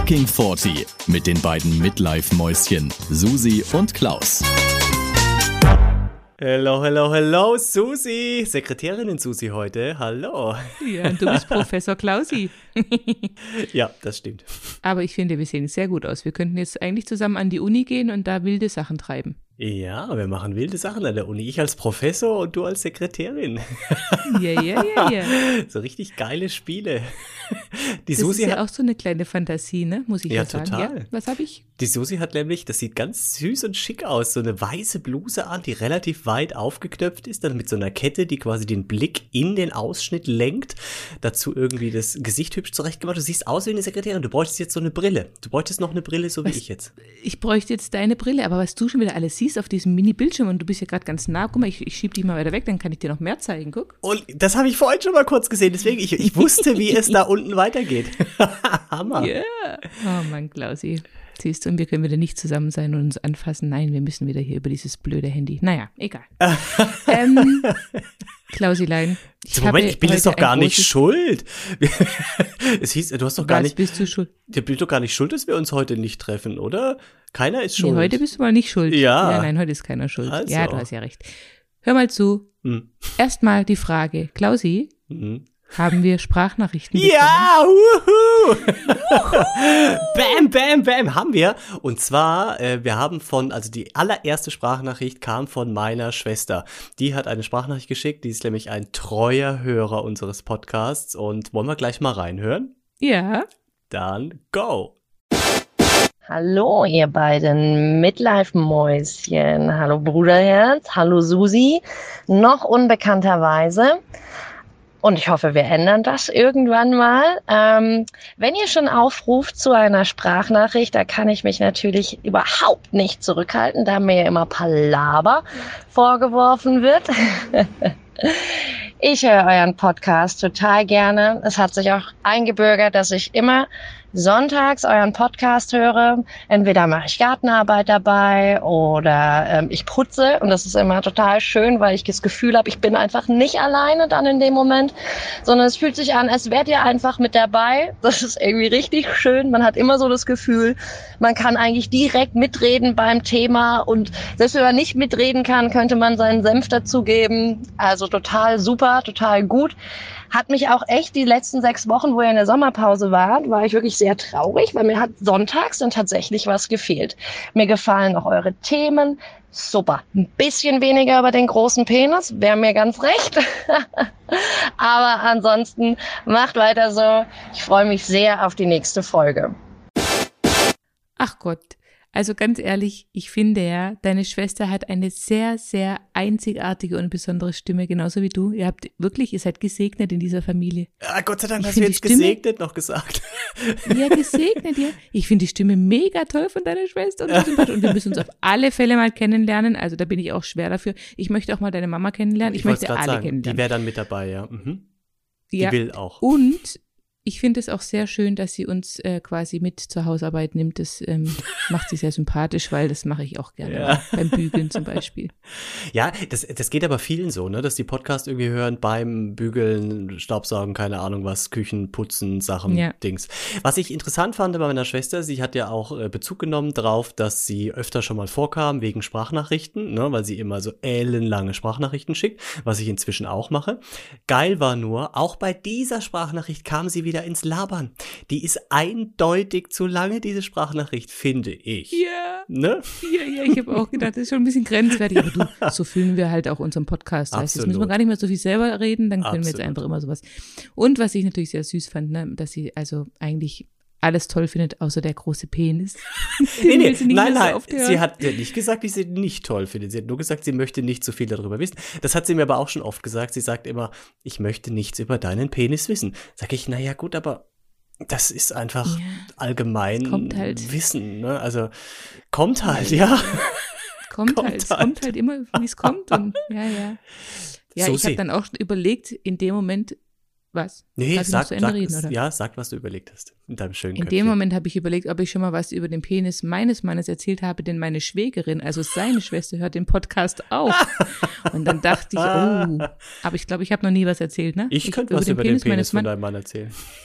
Fucking 40 mit den beiden Midlife-Mäuschen Susi und Klaus. Hello, hello, hello, Susi. Sekretärin Susi heute, hallo. Ja, und du bist Professor Klausi. Ja, das stimmt. Aber ich finde, wir sehen sehr gut aus. Wir könnten jetzt eigentlich zusammen an die Uni gehen und da wilde Sachen treiben. Ja, wir machen wilde Sachen an der Uni. Ich als Professor und du als Sekretärin. Ja. So richtig geile Spiele. Die Das Susi ist ja hat auch so eine kleine Fantasie, ne? Muss ich ja sagen. total. Ja, was habe ich? Die Susi hat nämlich, das sieht ganz süß und schick aus, so eine weiße Bluse an, die relativ weit aufgeknöpft ist, dann mit so einer Kette, die quasi den Blick in den Ausschnitt lenkt. Dazu irgendwie das Gesicht hübsch zurechtgemacht. Du siehst aus wie eine Sekretärin. Du bräuchtest jetzt so eine Brille. Du bräuchtest noch eine Brille, so wie ich jetzt. Ich bräuchte jetzt deine Brille, aber was du schon wieder alles siehst auf diesem Mini-Bildschirm und du bist ja gerade ganz nah. Guck mal, ich schieb dich mal weiter weg, dann kann ich dir noch mehr zeigen. Guck. Und das habe ich vorhin schon mal kurz gesehen, deswegen, ich wusste, wie es da unten weitergeht. Hammer. Ja. Oh Mann, Klausi. Siehst du, und wir können wieder nicht zusammen sein und uns anfassen. Nein, wir müssen wieder hier über dieses blöde Handy. Naja, egal. Klausilein. Moment, ich bin jetzt doch gar nicht schuld. Es hieß, du hast doch gar Was nicht. bist du schuld? Du bist doch gar nicht schuld, dass wir uns heute nicht treffen, oder? Keiner ist schuld. Nee, heute bist du mal nicht schuld. Ja. Nein, heute ist keiner schuld. Also. Ja, du hast ja recht. Hör mal zu. Erstmal die Frage. Klausi, haben wir Sprachnachrichten bekommen? Ja, wuhu! Bam, bam, bam, haben wir. Und zwar, wir haben also die allererste Sprachnachricht kam von meiner Schwester. Die hat eine Sprachnachricht geschickt, die ist nämlich ein treuer Hörer unseres Podcasts. Und wollen wir gleich mal reinhören? Ja. Dann go! Hallo, ihr beiden Midlife-Mäuschen. Hallo Bruderherz, hallo Susi. Noch unbekannterweise. Und ich hoffe, wir ändern das irgendwann mal. Wenn ihr schon aufruft zu einer Sprachnachricht, da kann ich mich natürlich überhaupt nicht zurückhalten, da mir ja immer Palaver vorgeworfen wird. Ich höre euren Podcast total gerne. Es hat sich auch eingebürgert, dass ich immer sonntags euren Podcast höre. Entweder mache ich Gartenarbeit dabei oder ich putze. Und das ist immer total schön, weil ich das Gefühl habe, ich bin einfach nicht alleine dann in dem Moment, sondern es fühlt sich an, als wärt ihr einfach mit dabei. Das ist irgendwie richtig schön. Man hat immer so das Gefühl, man kann eigentlich direkt mitreden beim Thema. Und selbst wenn man nicht mitreden kann, könnte man seinen Senf dazugeben. Also total super, total gut. Hat mich auch echt die letzten 6 Wochen, wo ihr in der Sommerpause wart, war ich wirklich sehr traurig, weil mir hat sonntags dann tatsächlich was gefehlt. Mir gefallen auch eure Themen. Super. Ein bisschen weniger über den großen Penis, wäre mir ganz recht. Aber ansonsten macht weiter so. Ich freue mich sehr auf die nächste Folge. Ach Gott. Also ganz ehrlich, ich finde ja, deine Schwester hat eine sehr, sehr einzigartige und besondere Stimme, genauso wie du. Ihr seid gesegnet in dieser Familie. Ja, Gott sei Dank hast du jetzt gesegnet noch gesagt. Ja, gesegnet, ja. Ich finde die Stimme mega toll von deiner Schwester und wir müssen uns auf alle Fälle mal kennenlernen. Also da bin ich auch schwer dafür. Ich möchte auch mal deine Mama kennenlernen. Ich möchte alle kennenlernen. Die wäre dann mit dabei, ja. Die Ja, will auch. Und ich finde es auch sehr schön, dass sie uns quasi mit zur Hausarbeit nimmt. Das macht sie sehr sympathisch, weil das mache ich auch gerne. Ja. Beim Bügeln zum Beispiel. Ja, das geht aber vielen so, ne, dass die Podcast irgendwie hören beim Bügeln, Staubsaugen, keine Ahnung was, Küchen, Putzen, Sachen, Ja. Dings. Was ich interessant fand bei meiner Schwester, sie hat ja auch Bezug genommen drauf, dass sie öfter schon mal vorkam wegen Sprachnachrichten, ne, weil sie immer so ellenlange Sprachnachrichten schickt, was ich inzwischen auch mache. Geil war nur, auch bei dieser Sprachnachricht kam sie wieder ins Labern. Die ist eindeutig zu lange, diese Sprachnachricht, finde ich. Ja. Ne? Ja, ich habe auch gedacht, das ist schon ein bisschen grenzwertig. Aber du, so fühlen wir halt auch unseren Podcast. Heißt, jetzt müssen wir gar nicht mehr so viel selber reden, dann können wir jetzt einfach immer sowas. Und was ich natürlich sehr süß fand, ne, dass sie also eigentlich alles toll findet, außer der große Penis. Nein, sie hat ja nicht gesagt, dass sie ihn nicht toll findet. Sie hat nur gesagt, sie möchte nicht so viel darüber wissen. Das hat sie mir aber auch schon oft gesagt. Sie sagt immer, ich möchte nichts über deinen Penis wissen. Sag ich, naja gut, aber das ist einfach allgemein halt. Wissen. Ne? Also kommt halt, ja. Kommt halt immer, wie es kommt. Und, ja. Ja, so ich habe dann auch überlegt, in dem Moment, was? Nee, sag, reden, oder? Sag, was du überlegt hast. In deinem schönen In Köpfchen. dem Moment habe ich überlegt, ob ich schon mal was über den Penis meines Mannes erzählt habe, denn meine Schwägerin, also seine Schwester, hört den Podcast auch. Und dann dachte ich, aber ich glaube, ich habe noch nie was erzählt, ne? Ich könnte was über den Penis von deinem Mann erzählen.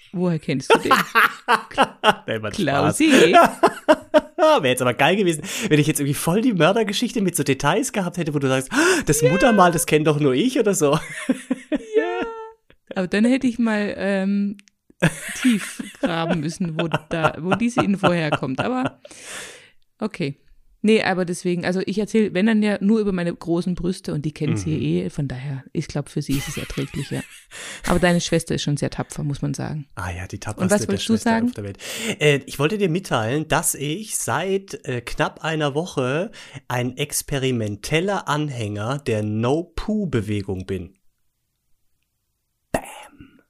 Woher kennst du den? Klausi. Wäre jetzt aber geil gewesen, wenn ich jetzt irgendwie voll die Mördergeschichte mit so Details gehabt hätte, wo du sagst, das Muttermal, das kennt doch nur ich oder so. Ja. Aber dann hätte ich mal tief graben müssen, wo diese Info herkommt. Aber okay. Nee, aber deswegen, also ich erzähle, wenn dann ja nur über meine großen Brüste und die kennen sie von daher, ich glaube, für sie ist es erträglich, ja. Aber deine Schwester ist schon sehr tapfer, muss man sagen. Ah ja, die tapferste der Schwester auf der Welt. Ich wollte dir mitteilen, dass ich seit knapp einer Woche ein experimenteller Anhänger der No-Poo-Bewegung bin. Bam!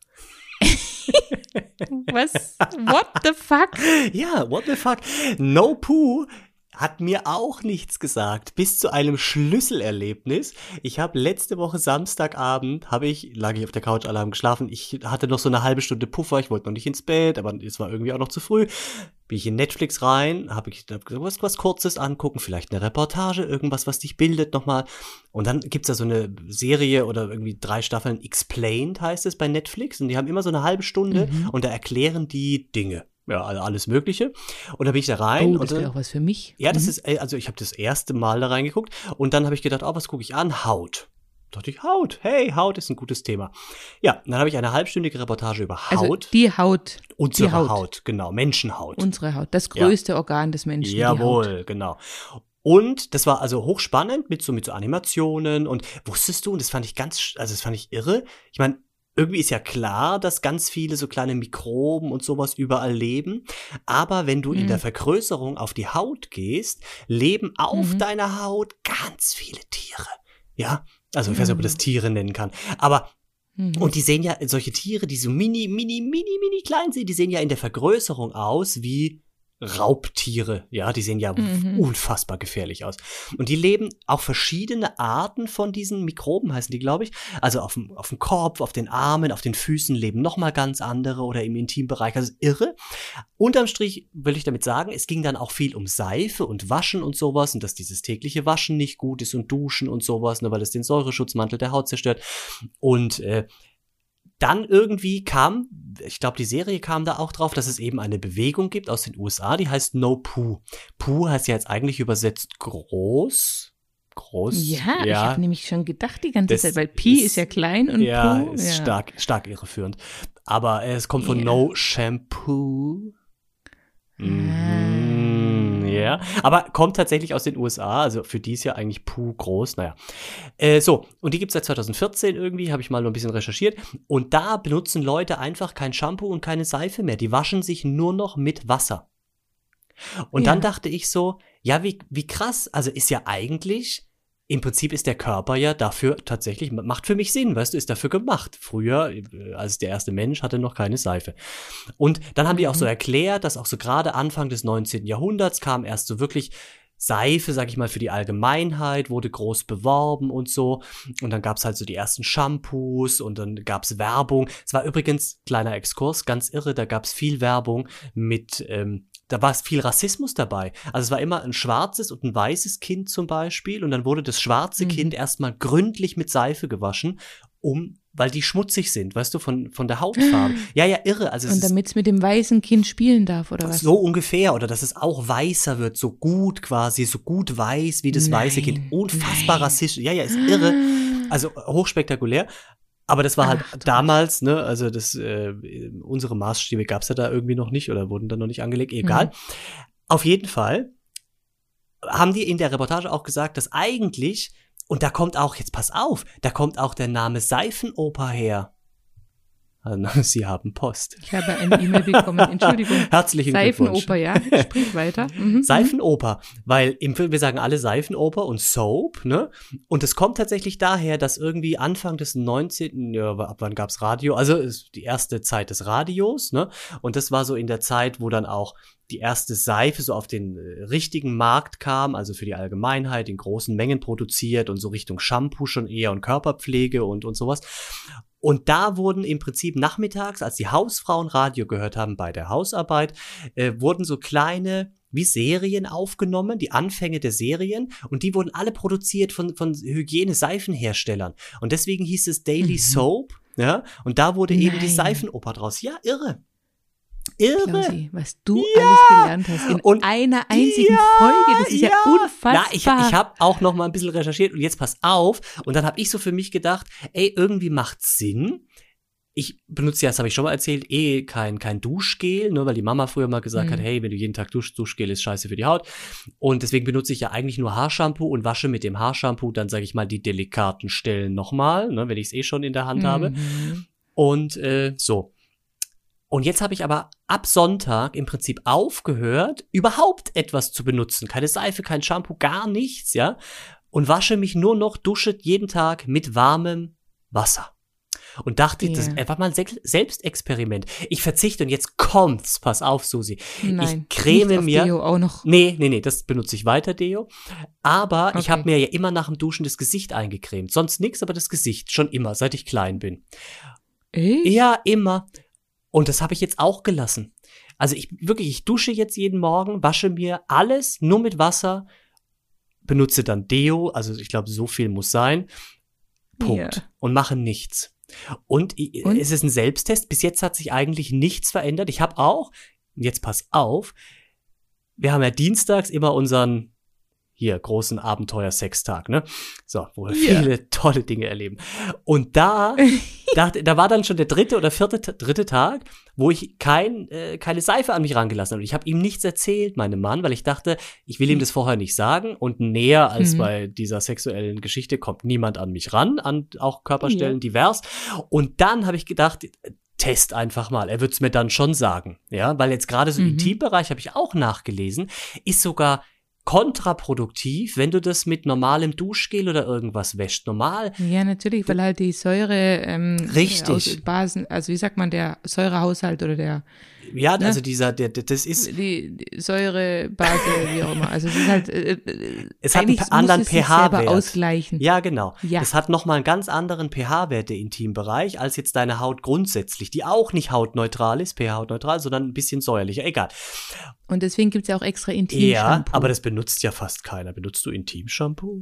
Was? What the fuck? Ja, what the fuck? No-Poo hat mir auch nichts gesagt, bis zu einem Schlüsselerlebnis. Ich habe letzte Woche Samstagabend, lag ich auf der Couch, alle haben geschlafen. Ich hatte noch so eine halbe Stunde Puffer, ich wollte noch nicht ins Bett, aber es war irgendwie auch noch zu früh. Bin ich in Netflix rein, habe gesagt, was Kurzes angucken, vielleicht eine Reportage, irgendwas, was dich bildet nochmal. Und dann gibt's da so eine Serie oder irgendwie 3 Staffeln, Explained heißt es bei Netflix. Und die haben immer so eine halbe Stunde und da erklären die Dinge. Ja, also alles Mögliche. Und da bin ich da rein. Oh, das wäre auch was für mich. Ja, das ist, also ich habe das erste Mal da reingeguckt und dann habe ich gedacht, was gucke ich an? Haut. Da dachte ich, Haut. Hey, Haut ist ein gutes Thema. Ja, dann habe ich eine halbstündige Reportage über Haut. Also die Haut. Unsere Haut, genau, Menschenhaut. Unsere Haut, das größte Organ des Menschen. Jawohl, genau. Und das war also hochspannend mit so Animationen und wusstest du, und das fand ich irre. Ich meine, irgendwie ist ja klar, dass ganz viele so kleine Mikroben und sowas überall leben. Aber wenn du in der Vergrößerung auf die Haut gehst, leben auf deiner Haut ganz viele Tiere. Ja, also ich weiß nicht, ob man das Tiere nennen kann. Aber, und die sehen ja, solche Tiere, die so mini klein sind, die sehen ja in der Vergrößerung aus wie Raubtiere, ja, die sehen ja unfassbar gefährlich aus. Und die leben auch verschiedene Arten von diesen Mikroben, heißen die, glaube ich. Also auf dem Kopf, auf den Armen, auf den Füßen leben nochmal ganz andere oder im Intimbereich. Also irre. Unterm Strich will ich damit sagen, es ging dann auch viel um Seife und Waschen und sowas und dass dieses tägliche Waschen nicht gut ist und Duschen und sowas, ne, weil es den Säureschutzmantel der Haut zerstört. Und dann irgendwie ich glaube, die Serie kam da auch drauf, dass es eben eine Bewegung gibt aus den USA, die heißt No Poo. Poo heißt ja jetzt eigentlich übersetzt groß. Ja, ich habe nämlich schon gedacht die ganze Zeit, weil Pi ist ja klein und Poo ist stark irreführend. Aber es kommt von No Shampoo. Ja, aber kommt tatsächlich aus den USA, also für die ist ja eigentlich Poo groß, naja. So, und die gibt's seit 2014 irgendwie, habe ich mal noch ein bisschen recherchiert. Und da benutzen Leute einfach kein Shampoo und keine Seife mehr. Die waschen sich nur noch mit Wasser. Und dann dachte ich so, ja, wie krass, also ist ja eigentlich, im Prinzip ist der Körper ja dafür tatsächlich, macht für mich Sinn, weißt du, ist dafür gemacht. Früher, als der erste Mensch, hatte noch keine Seife. Und dann haben die auch so erklärt, dass auch so gerade Anfang des 19. Jahrhunderts kam erst so wirklich Seife, sag ich mal, für die Allgemeinheit, wurde groß beworben und so. Und dann gab's halt so die ersten Shampoos und dann gab's Werbung. Es war übrigens, kleiner Exkurs, ganz irre, da gab's viel Werbung mit, da war viel Rassismus dabei. Also es war immer ein schwarzes und ein weißes Kind zum Beispiel und dann wurde das schwarze Kind erstmal gründlich mit Seife gewaschen, weil die schmutzig sind, weißt du, von der Hautfarbe. Ja, irre. Also und damit es mit dem weißen Kind spielen darf, oder was? So ungefähr. Oder dass es auch weißer wird, so gut weiß wie das weiße Kind. Unfassbar rassistisch. Ja, ist irre. Also hochspektakulär. Aber das war halt damals, ne, also unsere Maßstäbe gab's ja da irgendwie noch nicht oder wurden da noch nicht angelegt, egal. Auf jeden Fall haben die in der Reportage auch gesagt, dass eigentlich, und da kommt auch, jetzt pass auf, da kommt auch der Name Seifenoper her. Also, Sie haben Post. Ich habe eine E-Mail bekommen, Entschuldigung. Herzlichen Glückwunsch. Seifenoper, ja, sprich weiter. Seifenoper, weil wir sagen alle Seifenoper und Soap, ne? Und es kommt tatsächlich daher, dass irgendwie Anfang des 19., ab wann gab's Radio? Also ist die erste Zeit des Radios, ne? Und das war so in der Zeit, wo dann auch die erste Seife so auf den richtigen Markt kam, also für die Allgemeinheit in großen Mengen produziert und so Richtung Shampoo schon eher und Körperpflege und sowas. Und da wurden im Prinzip nachmittags, als die Hausfrauen Radio gehört haben bei der Hausarbeit, wurden so kleine wie Serien aufgenommen, die Anfänge der Serien, und die wurden alle produziert von Hygieneseifenherstellern. Und deswegen hieß es Daily Soap, ja, und da wurde eben die Seifenoper draus. Ja, irre. irre. Klausi, was du alles gelernt hast in einer einzigen Folge, das ist ja unfassbar. Ja, ich habe auch noch mal ein bisschen recherchiert und jetzt pass auf. Und dann habe ich so für mich gedacht, ey, irgendwie macht's Sinn. Ich benutze ja, das habe ich schon mal erzählt, kein Duschgel, nur weil die Mama früher mal gesagt hat, hey, wenn du jeden Tag duschst, Duschgel ist scheiße für die Haut. Und deswegen benutze ich ja eigentlich nur Haarshampoo und wasche mit dem Haarshampoo dann, sage ich mal, die delikaten Stellen nochmal, ne, wenn ich es schon in der Hand habe. Und so. Und jetzt habe ich aber ab Sonntag im Prinzip aufgehört, überhaupt etwas zu benutzen. Keine Seife, kein Shampoo, gar nichts, ja. Und wasche mich nur noch, dusche jeden Tag mit warmem Wasser. Und dachte, das ist einfach mal ein Selbstexperiment. Ich verzichte und jetzt kommt's. Pass auf, Susi. Nein, ich creme nicht auf mir. Deo auch noch. Nee, das benutze ich weiter, Deo. Aber ich habe mir ja immer nach dem Duschen das Gesicht eingecremt. Sonst nichts, aber das Gesicht. Schon immer, seit ich klein bin. Echt? Ja, immer. Und das habe ich jetzt auch gelassen. Also ich dusche jetzt jeden Morgen, wasche mir alles nur mit Wasser, benutze dann Deo. Also ich glaube, so viel muss sein. Punkt. Ja. Und mache nichts. Und es ist ein Selbsttest. Bis jetzt hat sich eigentlich nichts verändert. Ich habe auch, jetzt pass auf, wir haben ja dienstags immer unseren großen Abenteuer-Sextag, ne? So, wo wir viele tolle Dinge erleben. Und da war dann schon der dritte Tag, wo ich keine Seife an mich rangelassen habe. Ich habe ihm nichts erzählt, meinem Mann, weil ich dachte, ich will ihm das vorher nicht sagen. Und näher als bei dieser sexuellen Geschichte kommt niemand an mich ran, an auch Körperstellen divers. Und dann habe ich gedacht, test einfach mal. Er wird es mir dann schon sagen. Ja, weil jetzt gerade so im Intimbereich, habe ich auch nachgelesen, ist sogar kontraproduktiv, wenn du das mit normalem Duschgel oder irgendwas wäscht. Normal. Ja, natürlich, weil halt die Säure richtig. Aus Basen, also wie sagt man, der Säurehaushalt oder der ja, ne? Also das ist die Säurebase, wie auch immer. Also es ist halt es hat einen anderen pH-Wert. Ausgleichen. Ja, genau. Ja. Es hat nochmal einen ganz anderen pH-Wert, der Intimbereich, als jetzt deine Haut grundsätzlich, die auch nicht hautneutral ist, pH-hautneutral, sondern ein bisschen säuerlicher. Egal. Und deswegen gibt es ja auch extra Intim-Shampoo. Ja, aber das benutzt ja fast keiner. Benutzt du Intim-Shampoo?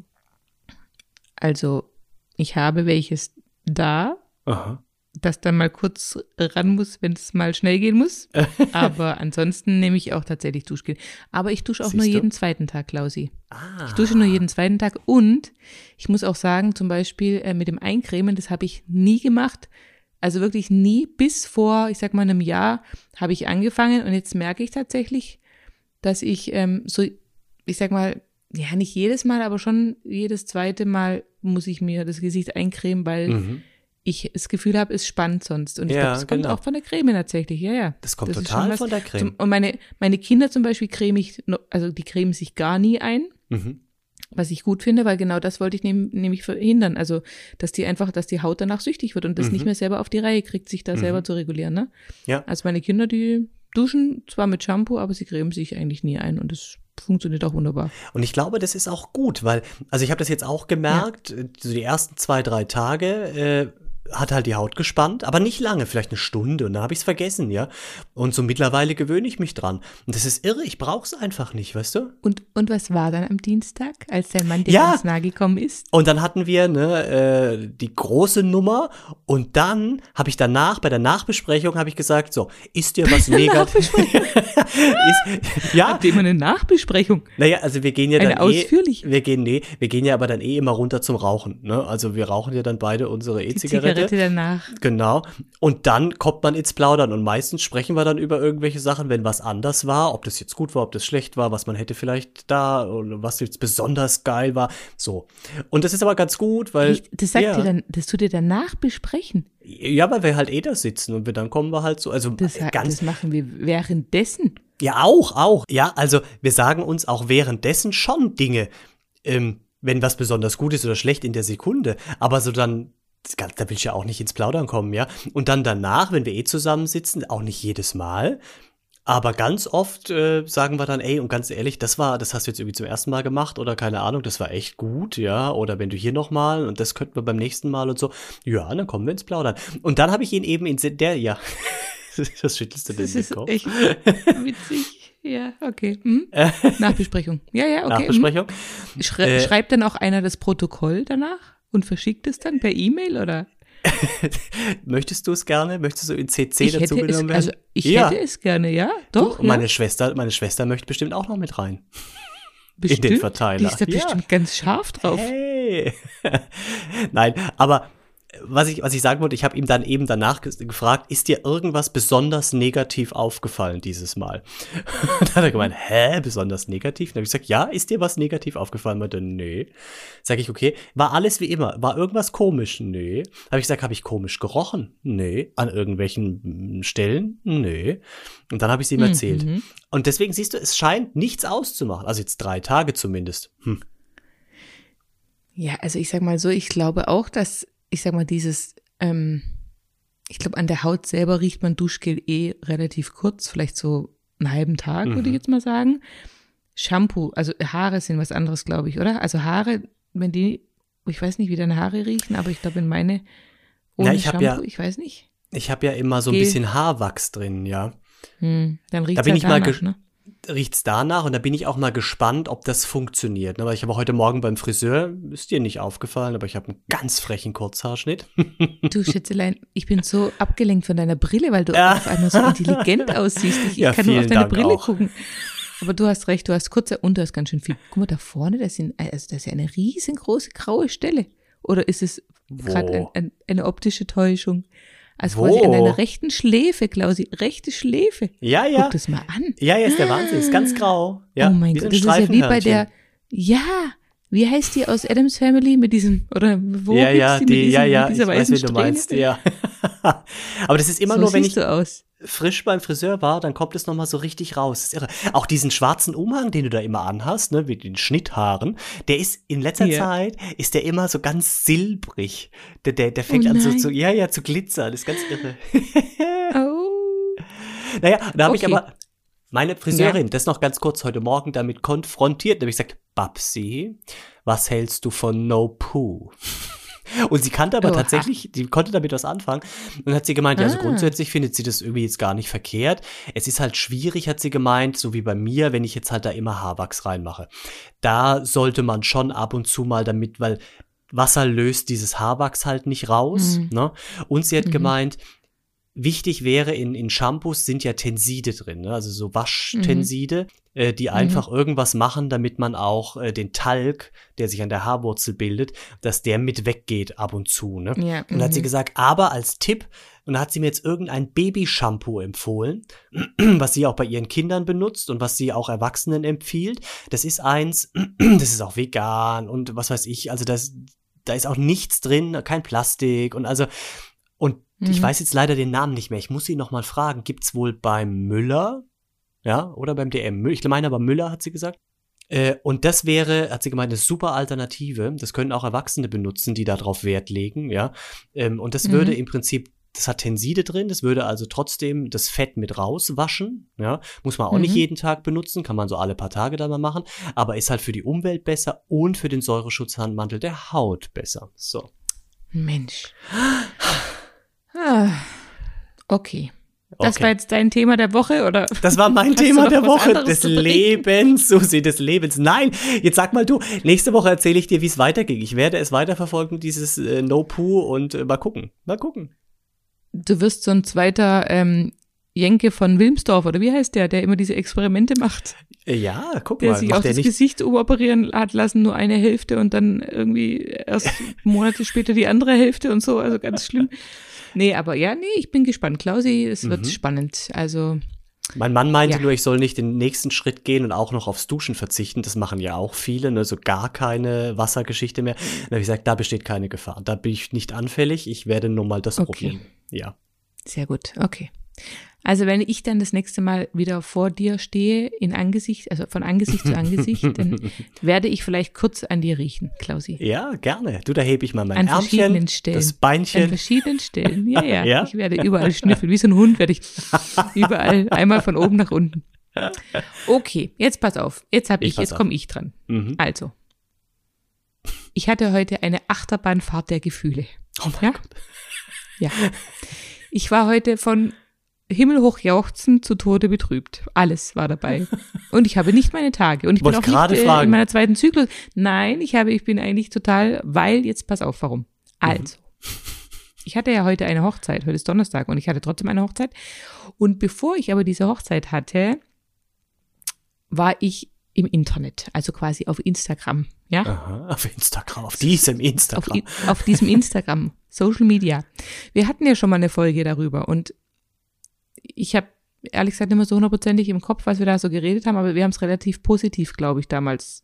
Also, ich habe welches da. Aha. Das dann mal kurz ran muss, wenn es mal schnell gehen muss. Aber ansonsten nehme ich auch tatsächlich Duschgel. Aber ich dusche auch nur jeden zweiten Tag, Klausi. Ich dusche nur jeden zweiten Tag. Und ich muss auch sagen, zum Beispiel mit dem Eincremen, das habe ich nie gemacht. Also wirklich nie. Bis vor, ich sag mal, einem Jahr habe ich angefangen. Und jetzt merke ich tatsächlich, dass ich ich sag mal, ja, nicht jedes Mal, aber schon jedes zweite Mal muss ich mir das Gesicht eincremen, weil ich das Gefühl habe, es spannt sonst. Und ich glaube, das kommt auch von der Creme tatsächlich. Ja. Das kommt total von der Creme. Und meine Kinder zum Beispiel die cremen sich gar nie ein. Was ich gut finde, weil genau das wollte ich nämlich verhindern. Also, dass die Haut danach süchtig wird und das nicht mehr selber auf die Reihe kriegt, sich da selber zu regulieren. Ne? Ja. Also meine Kinder, die duschen zwar mit Shampoo, aber sie cremen sich eigentlich nie ein und das funktioniert auch wunderbar. Und ich glaube, das ist auch gut, weil, also ich habe das jetzt auch gemerkt, so die ersten 2-3 Tage hat halt die Haut gespannt, aber nicht lange, vielleicht eine Stunde und dann habe ich es vergessen, ja. Und so mittlerweile gewöhne ich mich dran. Und das ist irre, ich brauche es einfach nicht, weißt du? Und was war dann am Dienstag, als dein Mann dir ganz nahe gekommen ist? Und dann hatten wir die große Nummer und dann habe ich danach, bei der Nachbesprechung, habe ich gesagt, so, ist dir was Negatives? Habt ihr immer eine Nachbesprechung? Naja, also wir gehen ja dann ausführlich. Wir gehen ja aber dann immer runter zum Rauchen, ne? Also wir rauchen ja dann beide unsere E-Zigarette. Danach. Genau. Und dann kommt man ins Plaudern und meistens sprechen wir dann über irgendwelche Sachen, wenn was anders war, ob das jetzt gut war, ob das schlecht war, was man hätte vielleicht da oder was jetzt besonders geil war. So. Und das ist aber ganz gut, weil das tut ihr danach besprechen. Ja, weil wir halt da sitzen und dann kommen wir halt so, also das machen wir währenddessen. Ja, auch. Ja, also wir sagen uns auch währenddessen schon Dinge, wenn was besonders gut ist oder schlecht in der Sekunde, aber so dann da will ich ja auch nicht ins Plaudern kommen, ja. Und dann danach, wenn wir zusammensitzen, auch nicht jedes Mal, aber ganz oft sagen wir dann, und ganz ehrlich, das hast du jetzt irgendwie zum ersten Mal gemacht oder keine Ahnung, das war echt gut, ja. Oder wenn du hier nochmal und das könnten wir beim nächsten Mal und so. Ja, dann kommen wir ins Plaudern. Und dann habe ich ihn eben das schüttelst du den Kopf. Das ist echt witzig. Ja, okay. Nachbesprechung. Ja, okay. Nachbesprechung. Schreibt dann auch einer das Protokoll danach? Und verschickt es dann per E-Mail oder? Möchtest du es gerne? Möchtest du in CC dazu genommen werden? Also ich hätte es gerne, ja, doch. Du, meine Schwester möchte bestimmt auch noch mit rein. Bestimmt, in den Verteiler. Die ist da bestimmt ganz scharf drauf. Hey. Nein, aber was ich sagen wollte, ich habe ihm dann eben danach gefragt, ist dir irgendwas besonders negativ aufgefallen dieses Mal? Dann hat er gemeint, besonders negativ? Dann habe ich gesagt, ja, ist dir was negativ aufgefallen? Und dann, nee. Sag ich, okay, war alles wie immer? War irgendwas komisch? Nee. Habe ich gesagt, habe ich komisch gerochen? Nee. An irgendwelchen Stellen? Nee. Und dann habe ich es ihm erzählt. Und deswegen siehst du, es scheint nichts auszumachen. Also jetzt 3 Tage zumindest. Ja, also ich sag mal so, ich glaube auch, dass ich sag mal, dieses, ich glaube, an der Haut selber riecht man Duschgel relativ kurz, vielleicht so einen halben Tag, würde ich jetzt mal sagen. Shampoo, also Haare sind was anderes, glaube ich, oder? Also Haare, wenn die, ich weiß nicht, wie deine Haare riechen, aber ich glaube, in meine ohne Shampoo, ich weiß nicht. Ich habe ja immer so ein bisschen Haarwachs drin, ja. Dann riecht es halt danach, ne? Riecht's danach und da bin ich auch mal gespannt, ob das funktioniert. Weil ich habe heute Morgen beim Friseur, ist dir nicht aufgefallen, aber ich habe einen ganz frechen Kurzhaarschnitt. Du Schätzelein, ich bin so abgelenkt von deiner Brille, weil du auf einmal so intelligent aussiehst. Ich kann nur auf deine Brille gucken. Aber du hast recht, du hast kurze und du hast ganz schön viel. Guck mal, da vorne, das ist ja eine riesengroße graue Stelle. Oder ist es gerade eine optische Täuschung? Also quasi an deiner rechten Schläfe, Klausi, rechte Schläfe. Ja. Guck das mal an. Ja, ist der Wahnsinn, ist ganz grau. Ja, oh mein Gott, das ist ja wie bei der, wie heißt die aus Addams Family mit diesem, oder wo gibt's die mit dieser weißen ich weiß, wie du meinst, ja. Aber das ist immer so nur, wenn ich aus. frisch beim Friseur war, dann kommt es nochmal so richtig raus. Das ist irre. Auch diesen schwarzen Umhang, den du da immer anhast, ne, mit den Schnitthaaren, der ist in letzter Zeit, ist der immer so ganz silbrig. Der fängt an zu glitzern. Das ist ganz irre. Naja, da habe ich aber meine Friseurin, das noch ganz kurz heute Morgen damit konfrontiert. Da habe ich gesagt, Babsi, was hältst du von No Poo? Und sie kannte aber tatsächlich, die konnte damit was anfangen. Und hat sie gemeint, ja, also grundsätzlich findet sie das irgendwie jetzt gar nicht verkehrt. Es ist halt schwierig, hat sie gemeint, so wie bei mir, wenn ich jetzt halt da immer Haarwachs reinmache. Da sollte man schon ab und zu mal damit, weil Wasser löst dieses Haarwachs halt nicht raus. Ne? Und sie hat gemeint, wichtig wäre, in Shampoos sind ja Tenside drin, ne? Also so Waschtenside, die einfach irgendwas machen, damit man auch den Talg, der sich an der Haarwurzel bildet, dass der mit weggeht ab und zu. Ne? Ja, und hat sie gesagt, aber als Tipp, und da hat sie mir jetzt irgendein Babyshampoo empfohlen, was sie auch bei ihren Kindern benutzt und was sie auch Erwachsenen empfiehlt. Das ist eins, das ist auch vegan und was weiß ich, also da ist auch nichts drin, kein Plastik und ich weiß jetzt leider den Namen nicht mehr. Ich muss ihn noch mal fragen. Gibt's wohl beim Müller? Ja, oder beim DM? Ich meine aber Müller, hat sie gesagt. Und das wäre, hat sie gemeint, eine super Alternative. Das können auch Erwachsene benutzen, die da drauf Wert legen, ja. Und das würde im Prinzip, das hat Tenside drin, das würde also trotzdem das Fett mit rauswaschen, ja. Muss man auch nicht jeden Tag benutzen, kann man so alle paar Tage dann mal machen. Aber ist halt für die Umwelt besser und für den Säureschutzmantel der Haut besser. So. Mensch. Okay. Das war jetzt dein Thema der Woche, oder? Das war mein Thema der Woche, des Lebens, Susi, des Lebens. Nein, jetzt sag mal du, nächste Woche erzähle ich dir, wie es weiterging. Ich werde es weiterverfolgen, dieses No Poo und mal gucken. Du wirst so ein zweiter Jenke von Wilmsdorf, oder wie heißt der immer diese Experimente macht? Ja, guck der mal. Der sich auch das Gesicht umoperieren hat lassen, nur eine Hälfte und dann irgendwie erst Monate später die andere Hälfte und so, also ganz schlimm. Nee, aber ich bin gespannt. Klausi, es wird spannend. Also mein Mann meinte nur, ich soll nicht den nächsten Schritt gehen und auch noch aufs Duschen verzichten. Das machen ja auch viele, ne? So gar keine Wassergeschichte mehr. Dann habe ich gesagt, da besteht keine Gefahr. Da bin ich nicht anfällig. Ich werde nur mal das probieren. Ja. Sehr gut, okay. Also wenn ich dann das nächste Mal wieder vor dir stehe, also von Angesicht zu Angesicht, dann werde ich vielleicht kurz an dir riechen, Klausi. Ja, gerne. Du, da hebe ich mal mein Ärmchen, verschiedenen Stellen, das Beinchen. An verschiedenen Stellen, ja. Ich werde überall schnüffeln, wie so ein Hund werde ich überall, einmal von oben nach unten. Okay, jetzt pass auf, jetzt komme ich dran. Also, ich hatte heute eine Achterbahnfahrt der Gefühle. Oh mein Gott. Ja. Ich war heute von himmelhoch jauchzend zu Tode betrübt. Alles war dabei. Und ich habe nicht meine Tage. Und ich bin auch nicht in meiner zweiten Zyklus. Nein, ich bin eigentlich total, weil, jetzt pass auf, warum. Also, ich hatte ja heute eine Hochzeit, heute ist Donnerstag und ich hatte trotzdem eine Hochzeit. Und bevor ich aber diese Hochzeit hatte, war ich im Internet, also quasi auf Instagram, ja? Aha, auf Instagram, auf diesem Instagram. Auf diesem Instagram, Social Media. Wir hatten ja schon mal eine Folge darüber und ich habe ehrlich gesagt nicht mehr so hundertprozentig im Kopf, was wir da so geredet haben, aber wir haben es relativ positiv, glaube ich,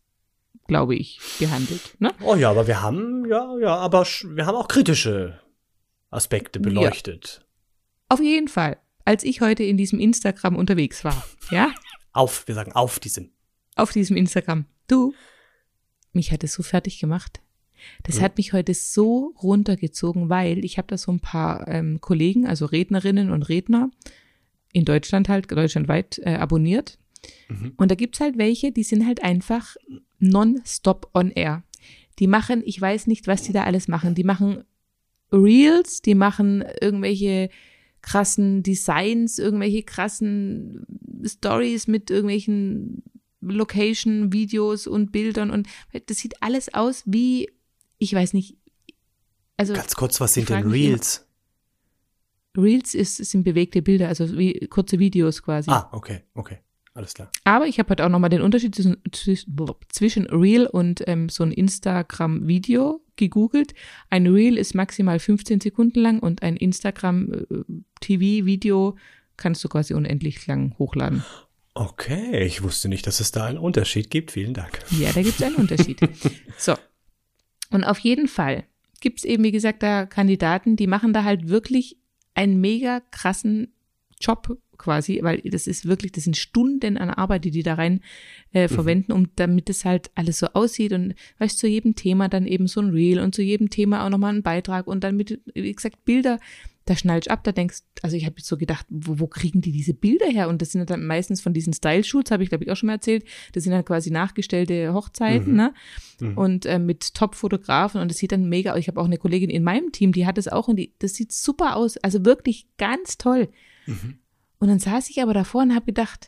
behandelt. Ne? Oh ja, aber wir haben, wir haben auch kritische Aspekte beleuchtet. Ja. Auf jeden Fall, als ich heute in diesem Instagram unterwegs war, ja? Wir sagen auf diesem. Auf diesem Instagram. Mich hat es so fertig gemacht. Das hat mich heute so runtergezogen, weil ich habe da so ein paar Kollegen, also Rednerinnen und Redner, in Deutschland halt, deutschlandweit abonniert. Und da gibt's halt welche, die sind halt einfach nonstop on air. Die machen, ich weiß nicht, was die da alles machen. Die machen Reels, die machen irgendwelche krassen Designs, irgendwelche krassen Stories mit irgendwelchen Location-Videos und Bildern und das sieht alles aus wie, ich weiß nicht, also. Ganz kurz, was sind denn Reels? Reels sind bewegte Bilder, also wie kurze Videos quasi. Ah, okay, alles klar. Aber ich habe halt auch nochmal den Unterschied zwischen Reel und so ein Instagram-Video gegoogelt. Ein Reel ist maximal 15 Sekunden lang und ein Instagram-TV-Video kannst du quasi unendlich lang hochladen. Okay, ich wusste nicht, dass es da einen Unterschied gibt. Vielen Dank. Ja, da gibt es einen Unterschied. So, und auf jeden Fall gibt es eben, wie gesagt, da Kandidaten, die machen da halt wirklich einen mega krassen Job quasi, weil das sind Stunden an Arbeit, die da rein verwenden, damit es halt alles so aussieht und weißt, zu jedem Thema dann eben so ein Reel und zu jedem Thema auch nochmal einen Beitrag und dann mit, wie gesagt, Bilder, da schnallst ab, da denkst, also ich habe jetzt so gedacht, wo kriegen die diese Bilder her? Und das sind dann meistens von diesen Style-Shoots, habe ich glaube ich auch schon mal erzählt, das sind dann quasi nachgestellte Hochzeiten, ne? Und mit Top-Fotografen und das sieht dann mega aus. Ich habe auch eine Kollegin in meinem Team, die hat das auch und das sieht super aus, also wirklich ganz toll. Und dann saß ich aber davor und habe gedacht,